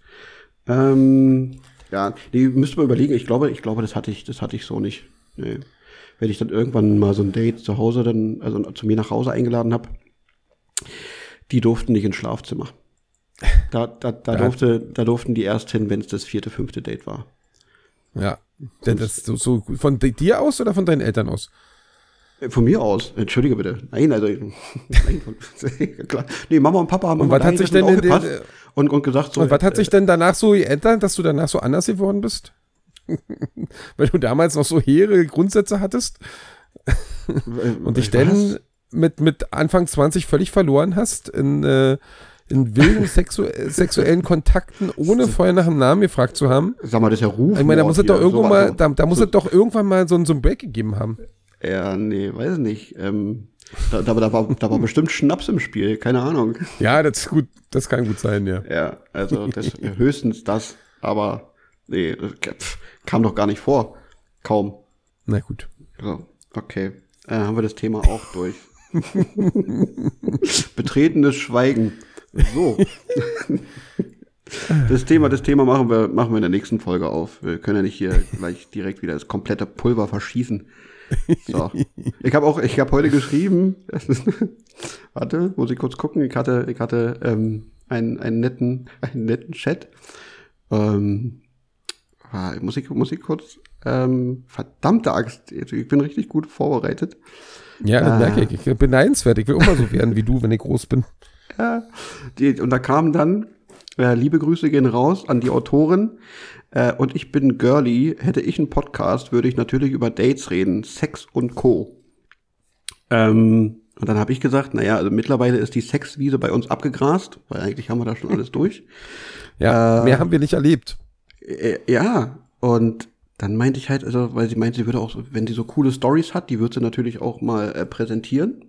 Ja, müsste man überlegen. Ich glaube, das hatte ich so nicht. Nee. Wenn ich dann irgendwann mal so ein Date zu Hause also zu mir nach Hause eingeladen habe, die durften nicht ins Schlafzimmer. Da durften die erst hin, wenn es das 4., 5. Date war. Ja, denn das so von dir aus oder von deinen Eltern aus? Von mir aus, entschuldige bitte. Nein, also klar. Nee, Mama und Papa haben und was hat sich denn und gesagt so. Und was hat sich denn danach so geändert, dass du danach so anders geworden bist? Weil du damals noch so hehre Grundsätze hattest und dich dann mit Anfang 20 völlig verloren hast in wilden sexuellen Kontakten, ohne vorher nach dem Namen gefragt zu haben. Sag mal, das ist ja Ruf. Ich meine, da muss es doch irgendwann mal so einen Break gegeben haben. Ja, nee, weiß nicht. Da war bestimmt Schnaps im Spiel, keine Ahnung. Ja, das ist gut, das kann gut sein, ja. Ja, also höchstens das, aber nee, das kam doch gar nicht vor. Kaum. Na gut. So, okay. Haben wir das Thema auch durch. Betretenes Schweigen. So. Das Thema machen wir in der nächsten Folge auf. Wir können ja nicht hier gleich direkt wieder das komplette Pulver verschießen. So. Ich habe heute geschrieben, warte, muss ich kurz gucken, ich hatte einen netten Chat. Muss ich kurz, verdammte Axt, ich bin richtig gut vorbereitet. Ja, das merke ich. Ich bin beneidenswert. Ich will auch mal so werden wie du, wenn ich groß bin. Ja, und da kam dann, liebe Grüße gehen raus an die Autorin. Und ich bin girly. Hätte ich einen Podcast, würde ich natürlich über Dates reden, Sex und Co. Und dann habe ich gesagt, naja, also mittlerweile ist die Sexwiese bei uns abgegrast, weil eigentlich haben wir da schon alles durch. Ja, mehr haben wir nicht erlebt. Ja, und dann meinte ich halt, also, weil sie meinte, sie würde auch, wenn sie so coole Stories hat, die würde sie natürlich auch mal präsentieren.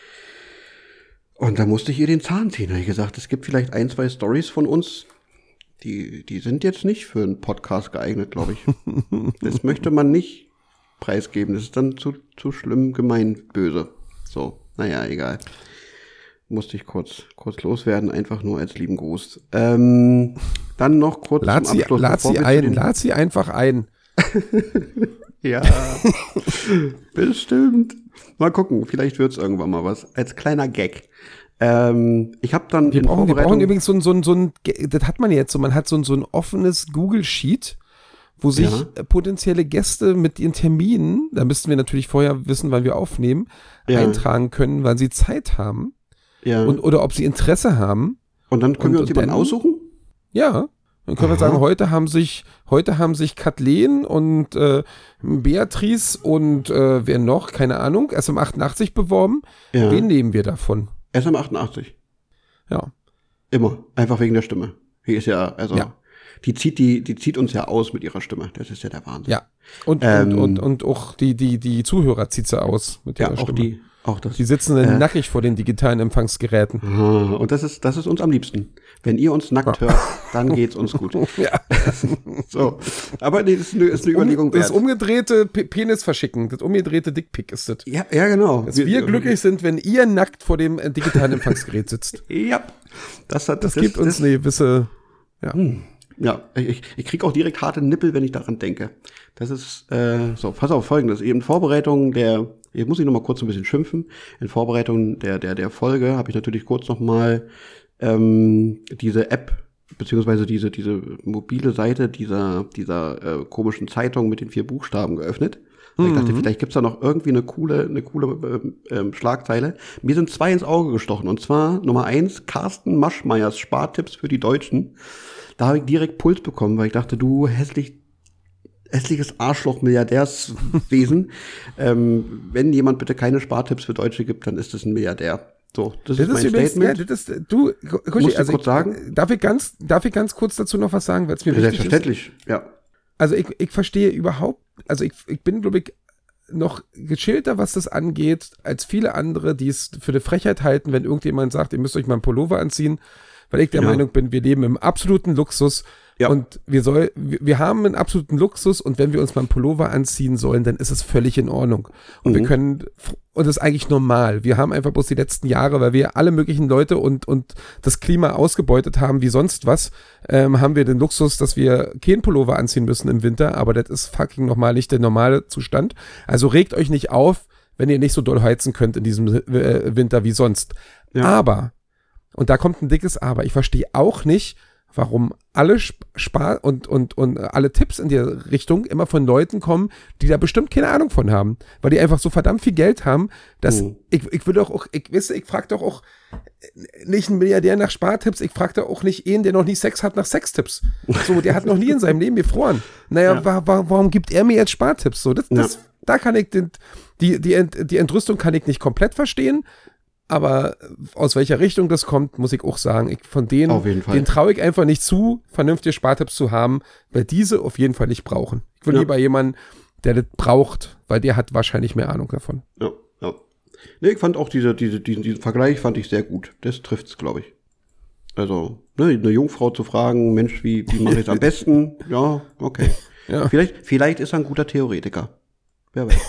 Und da musste ich ihr den Zahn ziehen. Da habe ich gesagt, es gibt vielleicht 1, 2 Stories von uns, die sind jetzt nicht für einen Podcast geeignet, glaube ich. Das möchte man nicht preisgeben. Das ist dann zu schlimm, gemein, böse. So, naja, egal. Musste ich kurz loswerden, einfach nur als lieben Gruß. Dann noch kurz zum Abschluss. Lad sie einfach ein. Ja, bestimmt. Mal gucken, vielleicht wird's irgendwann mal was. Als kleiner Gag. Ich habe dann wir brauchen übrigens so ein, das hat man jetzt so, man hat so ein offenes Google-Sheet, wo sich potenzielle Gäste mit ihren Terminen, da müssten wir natürlich vorher wissen, wann wir aufnehmen, eintragen können, wann sie Zeit haben oder ob sie Interesse haben. Und dann können wir uns jemanden aussuchen? Ja, dann können wir sagen, heute haben sich Kathleen und Beatrice und wer noch, keine Ahnung, SM88 beworben. Ja. Wen nehmen wir davon? SM88. Ja. Immer. Einfach wegen der Stimme. Die ist ja, also, die zieht uns ja aus mit ihrer Stimme. Das ist ja der Wahnsinn. Ja. Und auch die Zuhörer zieht sie aus mit ihrer Stimme. Auch das. Die sitzen dann nackig vor den digitalen Empfangsgeräten. Und das ist uns am liebsten. Wenn ihr uns nackt hört, dann geht's uns gut. Ja. So. Aber nee, das ist eine Überlegung wert. Das umgedrehte Penis verschicken, das umgedrehte Dickpick ist das. Ja, genau. Dass wir glücklich sind, wenn ihr nackt vor dem digitalen Empfangsgerät sitzt. Ja. Das gibt uns eine gewisse, Ja, ich krieg auch direkt harte Nippel, wenn ich daran denke. Das ist, so, pass auf, Folgendes. Eben Vorbereitung jetzt muss ich noch mal kurz ein bisschen schimpfen. In Vorbereitung der Folge habe ich natürlich kurz noch mal diese App, beziehungsweise diese mobile Seite dieser komischen Zeitung mit den 4 Buchstaben geöffnet. Weil ich dachte, vielleicht gibt's da noch irgendwie eine coole Schlagzeile. Mir sind 2 ins Auge gestochen. Und zwar Nummer 1, Carsten Maschmeyers Spartipps für die Deutschen. Da habe ich direkt Puls bekommen, weil ich dachte, du hässliches Arschloch-Milliardärswesen. Wenn jemand bitte keine Spartipps für Deutsche gibt, dann ist das ein Milliardär. So, das ist mein Statement. Ja, du, Kuschi, also kurz sagen? Darf ich ganz kurz dazu noch was sagen, weil es mir wichtig ist? Selbstverständlich, ja. Also ich verstehe überhaupt, also ich bin, glaube ich, noch gechillter, was das angeht, als viele andere, die es für eine Frechheit halten, wenn irgendjemand sagt, ihr müsst euch mal einen Pullover anziehen, weil ich der Meinung bin, wir leben im absoluten Luxus Ja. Und wir haben einen absoluten Luxus und wenn wir uns mal einen Pullover anziehen sollen, dann ist es völlig in Ordnung. Und wir können, und das ist eigentlich normal. Wir haben einfach bloß die letzten Jahre, weil wir alle möglichen Leute und das Klima ausgebeutet haben wie sonst was, haben wir den Luxus, dass wir keinen Pullover anziehen müssen im Winter, aber das ist fucking nochmal nicht der normale Zustand. Also regt euch nicht auf, wenn ihr nicht so doll heizen könnt in diesem Winter wie sonst. Ja. Aber, und da kommt ein dickes Aber, ich verstehe auch nicht, warum alle und alle Tipps in der Richtung immer von Leuten kommen, die da bestimmt keine Ahnung von haben. Weil die einfach so verdammt viel Geld haben, dass ich würde auch, ich frage doch auch nicht einen Milliardär nach Spartipps, ich frage doch auch nicht einen, der noch nie Sex hat, nach Sextipps. So, der hat noch nie in seinem Leben gefroren. Naja, warum gibt er mir jetzt Spartipps? So, da kann ich die Entrüstung kann ich nicht komplett verstehen. Aber aus welcher Richtung das kommt, muss ich auch sagen, von denen traue ich einfach nicht zu, vernünftige Spartipps zu haben, weil diese auf jeden Fall nicht brauchen. Ich will lieber jemanden, der das braucht, weil der hat wahrscheinlich mehr Ahnung davon. Ja. Nee, ich fand auch diesen Vergleich fand ich sehr gut. Das trifft's, glaube ich. Also, eine Jungfrau zu fragen, Mensch, wie mache ich es am besten? Ja, okay. Ja. Vielleicht ist er ein guter Theoretiker. Wer weiß.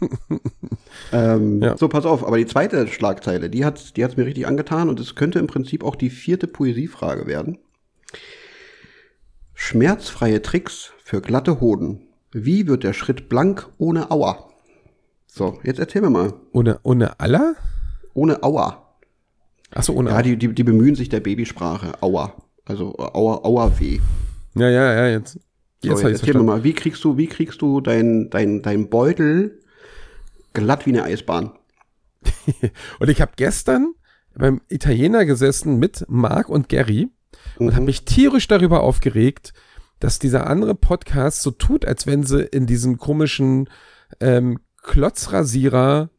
So, pass auf, aber die zweite Schlagzeile, die hat's mir richtig angetan und es könnte im Prinzip auch die 4. Poesiefrage werden. Schmerzfreie Tricks für glatte Hoden. Wie wird der Schritt blank ohne Aua? So, jetzt erzähl mir mal. Ohne Aller? Ohne Aua. Achso, ohne Aua. Ja, die bemühen sich der Babysprache. Aua. Also Aua-weh. Ja, jetzt. Jetzt erzähl mir mal, wie kriegst du dein Beutel glatt wie eine Eisbahn? Und ich habe gestern beim Italiener gesessen mit Marc und Gary und habe mich tierisch darüber aufgeregt, dass dieser andere Podcast so tut, als wenn sie in diesen komischen Klotzrasierer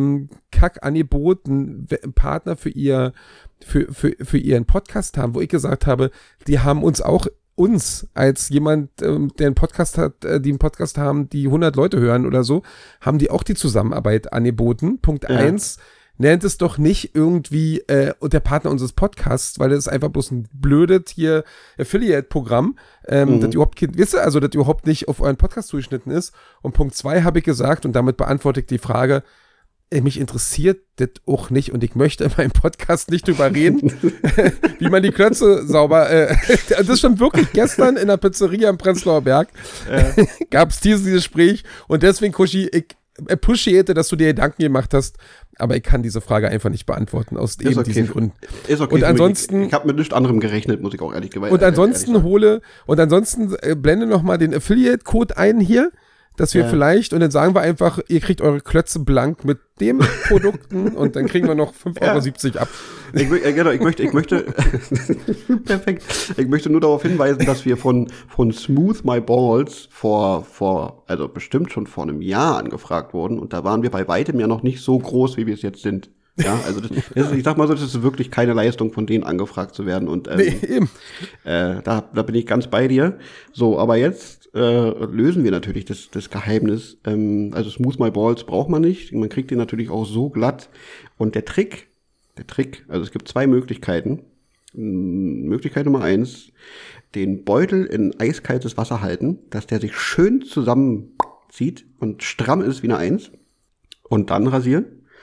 Kack-Angebot einen Partner für ihren Podcast haben, wo ich gesagt habe, die haben uns als jemand, der einen Podcast hat, die einen Podcast haben, die 100 Leute hören oder so, haben die auch die Zusammenarbeit angeboten. Punkt 1, nennt es doch nicht irgendwie der Partner unseres Podcasts, weil das ist einfach bloß ein blödes hier Affiliate-Programm, das überhaupt nicht auf euren Podcast zugeschnitten ist. Und Punkt 2 habe ich gesagt, und damit beantworte ich die Frage, mich interessiert das auch nicht und ich möchte in meinem Podcast nicht drüber reden, wie man die Klötze sauber, das stand wirklich gestern in der Pizzeria am Prenzlauer Berg, gab es dieses Gespräch und deswegen, Kuschi, ich appreciate, dass du dir Gedanken gemacht hast, aber ich kann diese Frage einfach nicht beantworten, aus eben diesen Gründen. Ist okay. Und ansonsten, ich habe mit nichts anderem gerechnet, muss ich auch ehrlich gesagt. Und ansonsten blende nochmal den Affiliate-Code ein hier, dass wir vielleicht, und dann sagen wir einfach, ihr kriegt eure Klötze blank mit dem Produkten und dann kriegen wir noch 5,70 € ab. Ich möchte perfekt. Ich möchte nur darauf hinweisen, dass wir von Smooth My Balls also bestimmt schon vor einem Jahr angefragt wurden und da waren wir bei weitem ja noch nicht so groß, wie wir es jetzt sind. Ja, also ich sag mal so, das ist wirklich keine Leistung, von denen angefragt zu werden und eben. Da bin ich ganz bei dir. So, aber jetzt lösen wir natürlich das Geheimnis. Also Smooth My Balls braucht man nicht. Man kriegt den natürlich auch so glatt. Und der Trick, also es gibt 2 Möglichkeiten. Möglichkeit Nummer 1, den Beutel in eiskaltes Wasser halten, dass der sich schön zusammenzieht und stramm ist wie eine 1 und dann rasieren.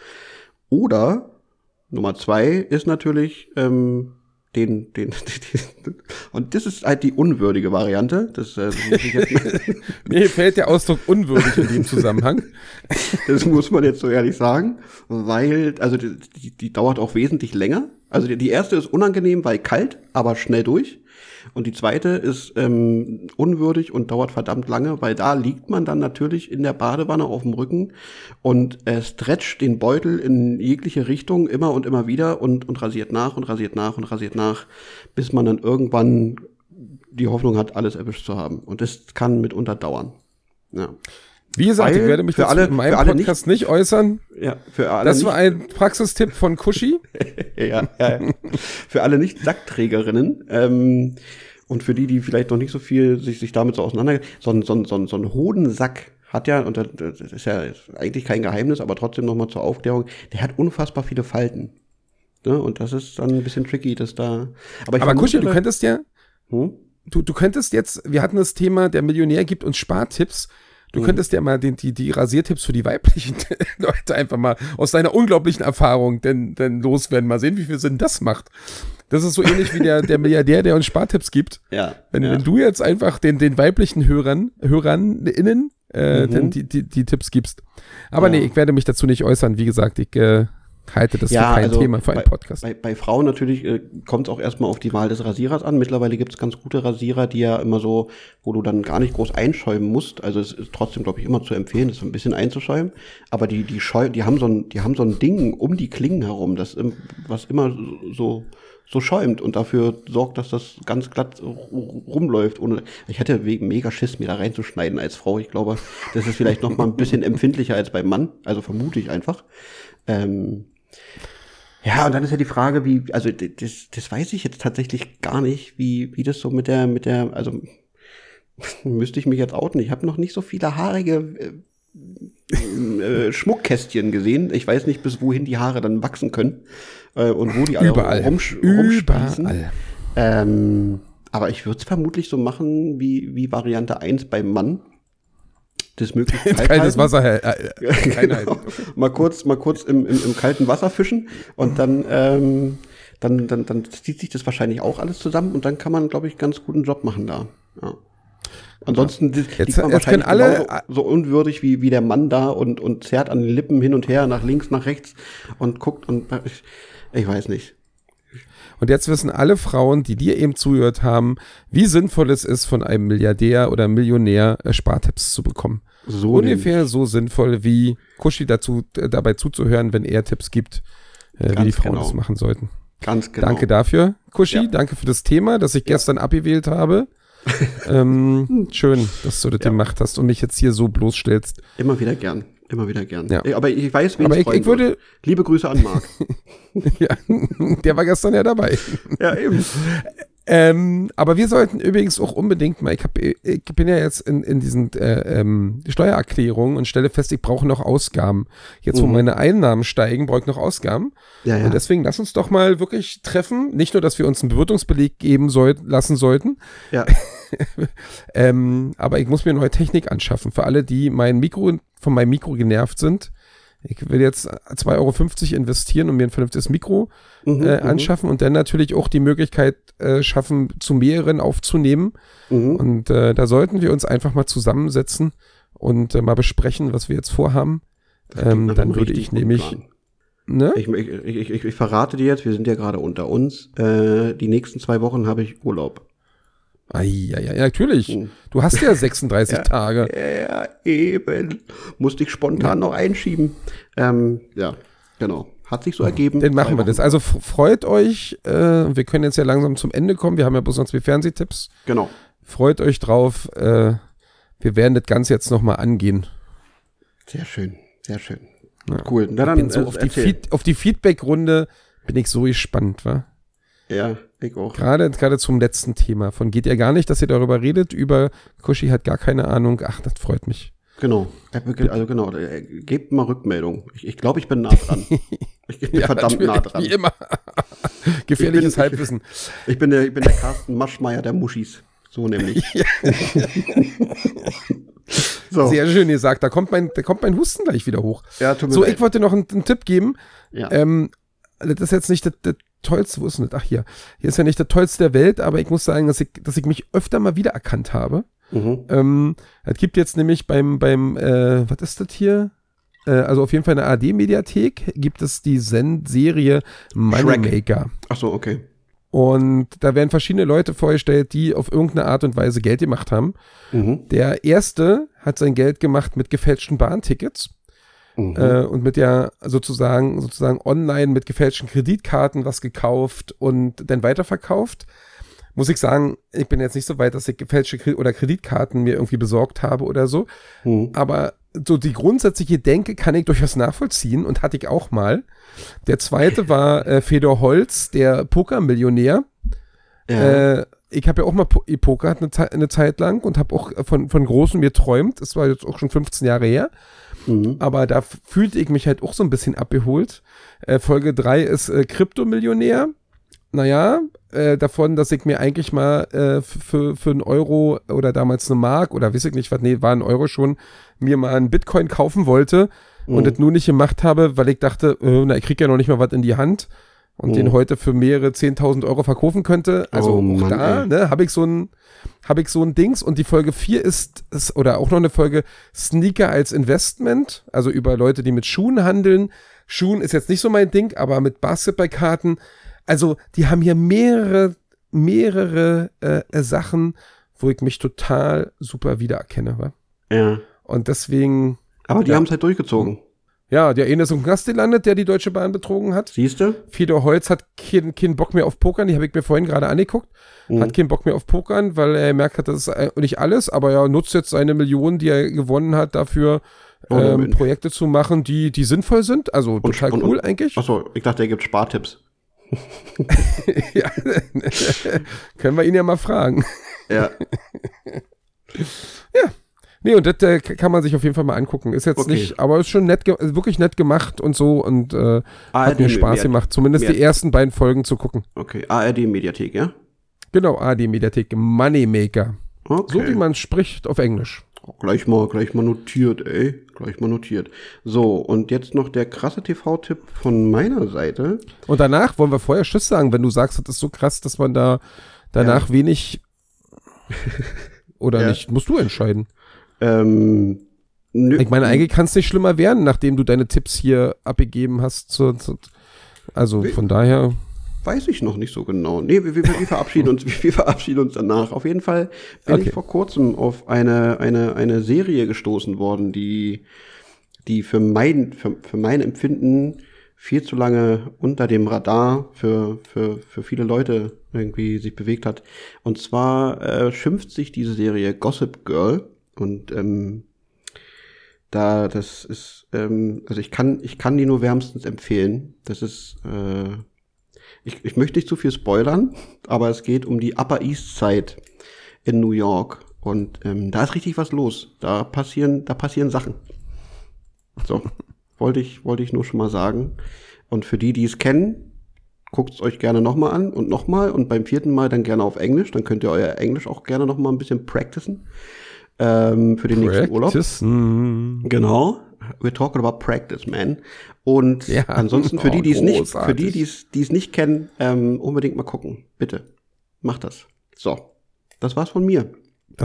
Oder Nummer 2 ist natürlich und das ist halt die unwürdige Variante. Mir fällt der Ausdruck unwürdig in dem Zusammenhang. Das muss man jetzt so ehrlich sagen, weil, also die dauert auch wesentlich länger. Also die erste ist unangenehm, weil kalt, aber schnell durch. Und die zweite ist unwürdig und dauert verdammt lange, weil da liegt man dann natürlich in der Badewanne auf dem Rücken und stretcht den Beutel in jegliche Richtung immer und immer wieder und rasiert nach und rasiert nach und rasiert nach, bis man dann irgendwann die Hoffnung hat, alles erwischt zu haben. Und das kann mitunter dauern. Ja. Wie gesagt, ich werde mich dazu in meinem Podcast nicht äußern. Ja, für alle das war ein Praxistipp von Kuschi. ja. Für alle Nicht-Sackträgerinnen und für die vielleicht noch nicht so viel sich damit so auseinander... So ein Hodensack hat ja, und das ist ja eigentlich kein Geheimnis, aber trotzdem nochmal zur Aufklärung, der hat unfassbar viele Falten. Ja, und das ist dann ein bisschen tricky, dass da... Aber Kuschi, du könntest ja... du könntest jetzt, wir hatten das Thema, der Millionär gibt uns Spartipps. Du könntest ja mal die Rasiertipps für die weiblichen Leute einfach mal aus deiner unglaublichen Erfahrung denn loswerden. Mal sehen, wie viel Sinn das macht. Das ist so ähnlich wie der Milliardär, der uns Spartipps gibt. Ja. Wenn du jetzt einfach den weiblichen HörerInnen dann die Tipps gibst. Aber nee, ich werde mich dazu nicht äußern. Wie gesagt, ich halte das für kein Thema für einen Podcast. Bei Frauen natürlich kommt es auch erstmal auf die Wahl des Rasierers an. Mittlerweile gibt es ganz gute Rasierer, die ja immer so, wo du dann gar nicht groß einschäumen musst. Also es ist trotzdem, glaube ich, immer zu empfehlen, das so ein bisschen einzuschäumen. Aber die haben so ein Ding um die Klingen herum, was immer so schäumt und dafür sorgt, dass das ganz glatt rumläuft. Ich hätte mega Schiss, mir da reinzuschneiden als Frau. Ich glaube, das ist vielleicht noch mal ein bisschen empfindlicher als beim Mann. Also vermute ich einfach. Ja, und dann ist ja die Frage, also das weiß ich jetzt tatsächlich gar nicht, wie das so mit der, also müsste ich mich jetzt outen. Ich habe noch nicht so viele haarige Schmuckkästchen gesehen. Ich weiß nicht, bis wohin die Haare dann wachsen können und wo die alle rumsprießen. Aber ich würde es vermutlich so machen wie Variante 1 beim Mann. Das möglichst kaltes Wasser. Genau. Okay. Mal kurz im kalten Wasser fischen und dann zieht sich das wahrscheinlich auch alles zusammen und dann kann man, glaube ich, ganz guten Job machen da. Ja. Ansonsten liegt man wahrscheinlich alle so unwürdig wie der Mann da und zerrt an den Lippen hin und her, nach links, nach rechts und guckt und ich weiß nicht. Und jetzt wissen alle Frauen, die dir eben zugehört haben, wie sinnvoll es ist, von einem Milliardär oder Millionär Spartipps zu bekommen. So ungefähr so sinnvoll wie Kushi dabei zuzuhören, wenn er Tipps gibt, wie die Frauen das machen sollten. Ganz genau. Danke dafür, Kushi. Ja. Danke für das Thema, das ich gestern abgewählt habe. Schön, dass du das gemacht hast und mich jetzt hier so bloßstellst. Immer wieder gern. Ja. Aber ich weiß, wen ich würde. Liebe Grüße an Marc. Ja, der war gestern ja dabei. Ja, eben. Aber wir sollten übrigens auch unbedingt mal, ich bin ja jetzt in diesen Steuererklärungen und stelle fest, ich brauche noch Ausgaben. Jetzt, wo meine Einnahmen steigen, brauche ich noch Ausgaben. Ja. Und deswegen lass uns doch mal wirklich treffen. Nicht nur, dass wir uns einen Bewirtungsbeleg geben lassen sollten. Ja. Aber ich muss mir neue Technik anschaffen. Für alle, die von meinem Mikro genervt sind. Ich will jetzt 2,50 € investieren und mir ein vernünftiges Mikro anschaffen und dann natürlich auch die Möglichkeit schaffen, zu mehreren aufzunehmen. Und da sollten wir uns einfach mal zusammensetzen und mal besprechen, was wir jetzt vorhaben. Dann würde ich nämlich... Ne? Ich verrate dir jetzt, wir sind ja gerade unter uns, die nächsten 2 Wochen habe ich Urlaub. Ja, natürlich. Du hast ja 36 Tage. Ja, eben. Musste ich spontan noch einschieben. Ja, genau. Hat sich so ergeben. Dann machen wir das. Also freut euch. Wir können jetzt ja langsam zum Ende kommen. Wir haben ja bloß noch 2 Fernsehtipps. Genau. Freut euch drauf. Wir werden das Ganze jetzt nochmal angehen. Sehr schön. Ja, cool. Dann so auf die Feedback-Runde bin ich so gespannt, wa? Ja, ich auch. Gerade zum letzten Thema. Von geht ja gar nicht, dass ihr darüber redet. Über Kushi hat gar keine Ahnung. Ach, das freut mich. Genau. Also genau. Gebt mal Rückmeldung. Ich glaube, ich bin nah dran. Ich bin verdammt nah dran. Wie immer. Gefährliches Halbwissen. Ich bin der Carsten Maschmeyer der Muschis. So nämlich. So. Sehr schön gesagt. Da kommt mein Husten gleich wieder hoch. Ja, tut mir leid. Ich wollte noch einen Tipp geben. Ja. Das ist jetzt nicht das Tollste, wo ist denn das? Ach, hier ist ja nicht das Tollste der Welt, aber ich muss sagen, dass ich mich öfter mal wiedererkannt habe. Es gibt jetzt nämlich beim was ist das hier? Also auf jeden Fall in der ARD-Mediathek gibt es die Serie Moneymaker. Ach so, okay. Und da werden verschiedene Leute vorgestellt, die auf irgendeine Art und Weise Geld gemacht haben. Der erste hat sein Geld gemacht mit gefälschten Bahntickets. Und mit sozusagen online mit gefälschten Kreditkarten was gekauft und dann weiterverkauft. Muss ich sagen, ich bin jetzt nicht so weit, dass ich gefälschte Kreditkarten mir irgendwie besorgt habe oder so. Aber so die grundsätzliche Denke kann ich durchaus nachvollziehen und hatte ich auch mal. Der zweite war Fedor Holz, der Pokermillionär. Ja. Ich habe ja auch mal gepokert eine Zeit lang und habe auch von Großem geträumt. Das war jetzt auch schon 15 Jahre her. Aber da fühlte ich mich halt auch so ein bisschen abgeholt. Folge 3 ist Kryptomillionär. naja, davon, dass ich mir eigentlich mal für 1 Euro oder damals eine Mark oder weiß ich nicht was, nee, war 1 Euro schon, mir mal einen Bitcoin kaufen wollte und das nur nicht gemacht habe, weil ich dachte, ich krieg ja noch nicht mal was in die Hand und den heute für mehrere 10.000 Euro verkaufen könnte. Also auch da, ne, habe ich so ein Dings und die Folge 4 ist oder auch noch eine Folge Sneaker als Investment, also über Leute, die mit Schuhen handeln. Schuhen ist jetzt nicht so mein Ding, aber mit Basketballkarten. Also, die haben hier mehrere Sachen, wo ich mich total super wiedererkenne. Wa? Ja. Und deswegen. Aber die haben es halt durchgezogen. Ja, der eine ist im Knast gelandet, der die Deutsche Bahn betrogen hat. Siehst du? Fedor Holz hat keinen Bock mehr auf Pokern, die habe ich mir vorhin gerade angeguckt. Hat keinen Bock mehr auf Pokern, weil er merkt hat, das ist nicht alles, aber er nutzt jetzt seine Millionen, die er gewonnen hat, dafür Projekte zu machen, die sinnvoll sind. Also total cool eigentlich. Achso, ich dachte, er gibt Spartipps. Ja, können wir ihn ja mal fragen. Ja. Ja. Nee, und das kann man sich auf jeden Fall mal angucken. Ist jetzt nicht, aber ist schon nett, wirklich nett gemacht und so und hat mir Spaß gemacht, zumindest die ersten beiden Folgen zu gucken. Okay, ARD-Mediathek, ja? Genau, ARD-Mediathek, Moneymaker. Okay. So wie man spricht auf Englisch. Gleich mal notiert, ey. Gleich mal notiert. So, und jetzt noch der krasse TV-Tipp von meiner Seite. Und danach wollen wir vorher Tschüss sagen, wenn du sagst, das ist so krass, dass man da danach wenig oder nicht, musst du entscheiden. Ich meine, eigentlich kann es nicht schlimmer werden, nachdem du deine Tipps hier abgegeben hast. Also von daher. Weiß ich noch nicht so genau. Nee, wir verabschieden uns danach. Auf jeden Fall bin ich vor kurzem auf eine Serie gestoßen worden, die für mein Empfinden viel zu lange unter dem Radar für viele Leute irgendwie sich bewegt hat. Und zwar schimpft sich diese Serie Gossip Girl. Und das ist, also ich kann die nur wärmstens empfehlen. Das ist, ich möchte nicht zu viel spoilern, aber es geht um die Upper East Side in New York. Und da ist richtig was los. Da passieren Sachen. So, wollte ich nur schon mal sagen. Und für die es kennen, guckt es euch gerne nochmal an und nochmal. Und beim 4. Mal dann gerne auf Englisch. Dann könnt ihr euer Englisch auch gerne nochmal ein bisschen practicen. Für den nächsten Urlaub. Genau. We're talking about practice, man. Und ansonsten für die es nicht kennen, unbedingt mal gucken. Bitte. Macht das. So. Das war's von mir.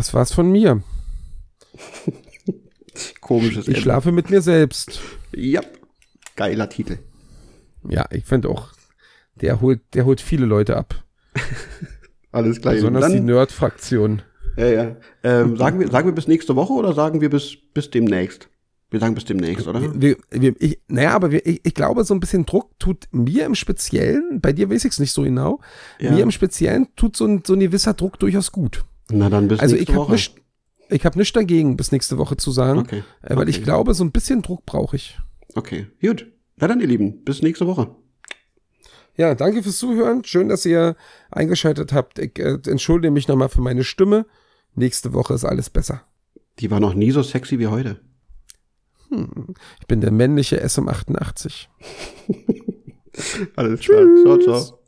Komisches Ich schlafe mit mir selbst. Ja. Geiler Titel. Ja, ich finde auch, der holt viele Leute ab. Alles klar. Besonders die Nerd-Fraktion. Ja. Sagen wir bis nächste Woche oder sagen wir bis demnächst? Wir sagen bis demnächst, oder? Ich glaube, so ein bisschen Druck tut mir im Speziellen, bei dir weiß ich es nicht so genau, mir im Speziellen tut so ein gewisser Druck durchaus gut. Na dann bis nächste Woche. Ich habe nichts dagegen, bis nächste Woche zu sagen, weil ich glaube, so ein bisschen Druck brauche ich. Okay, gut. Na dann, ihr Lieben, bis nächste Woche. Ja, danke fürs Zuhören. Schön, dass ihr eingeschaltet habt. Ich entschuldige mich nochmal für meine Stimme. Nächste Woche ist alles besser. Die war noch nie so sexy wie heute. Ich bin der männliche SM88. Alles klar. Ciao, ciao.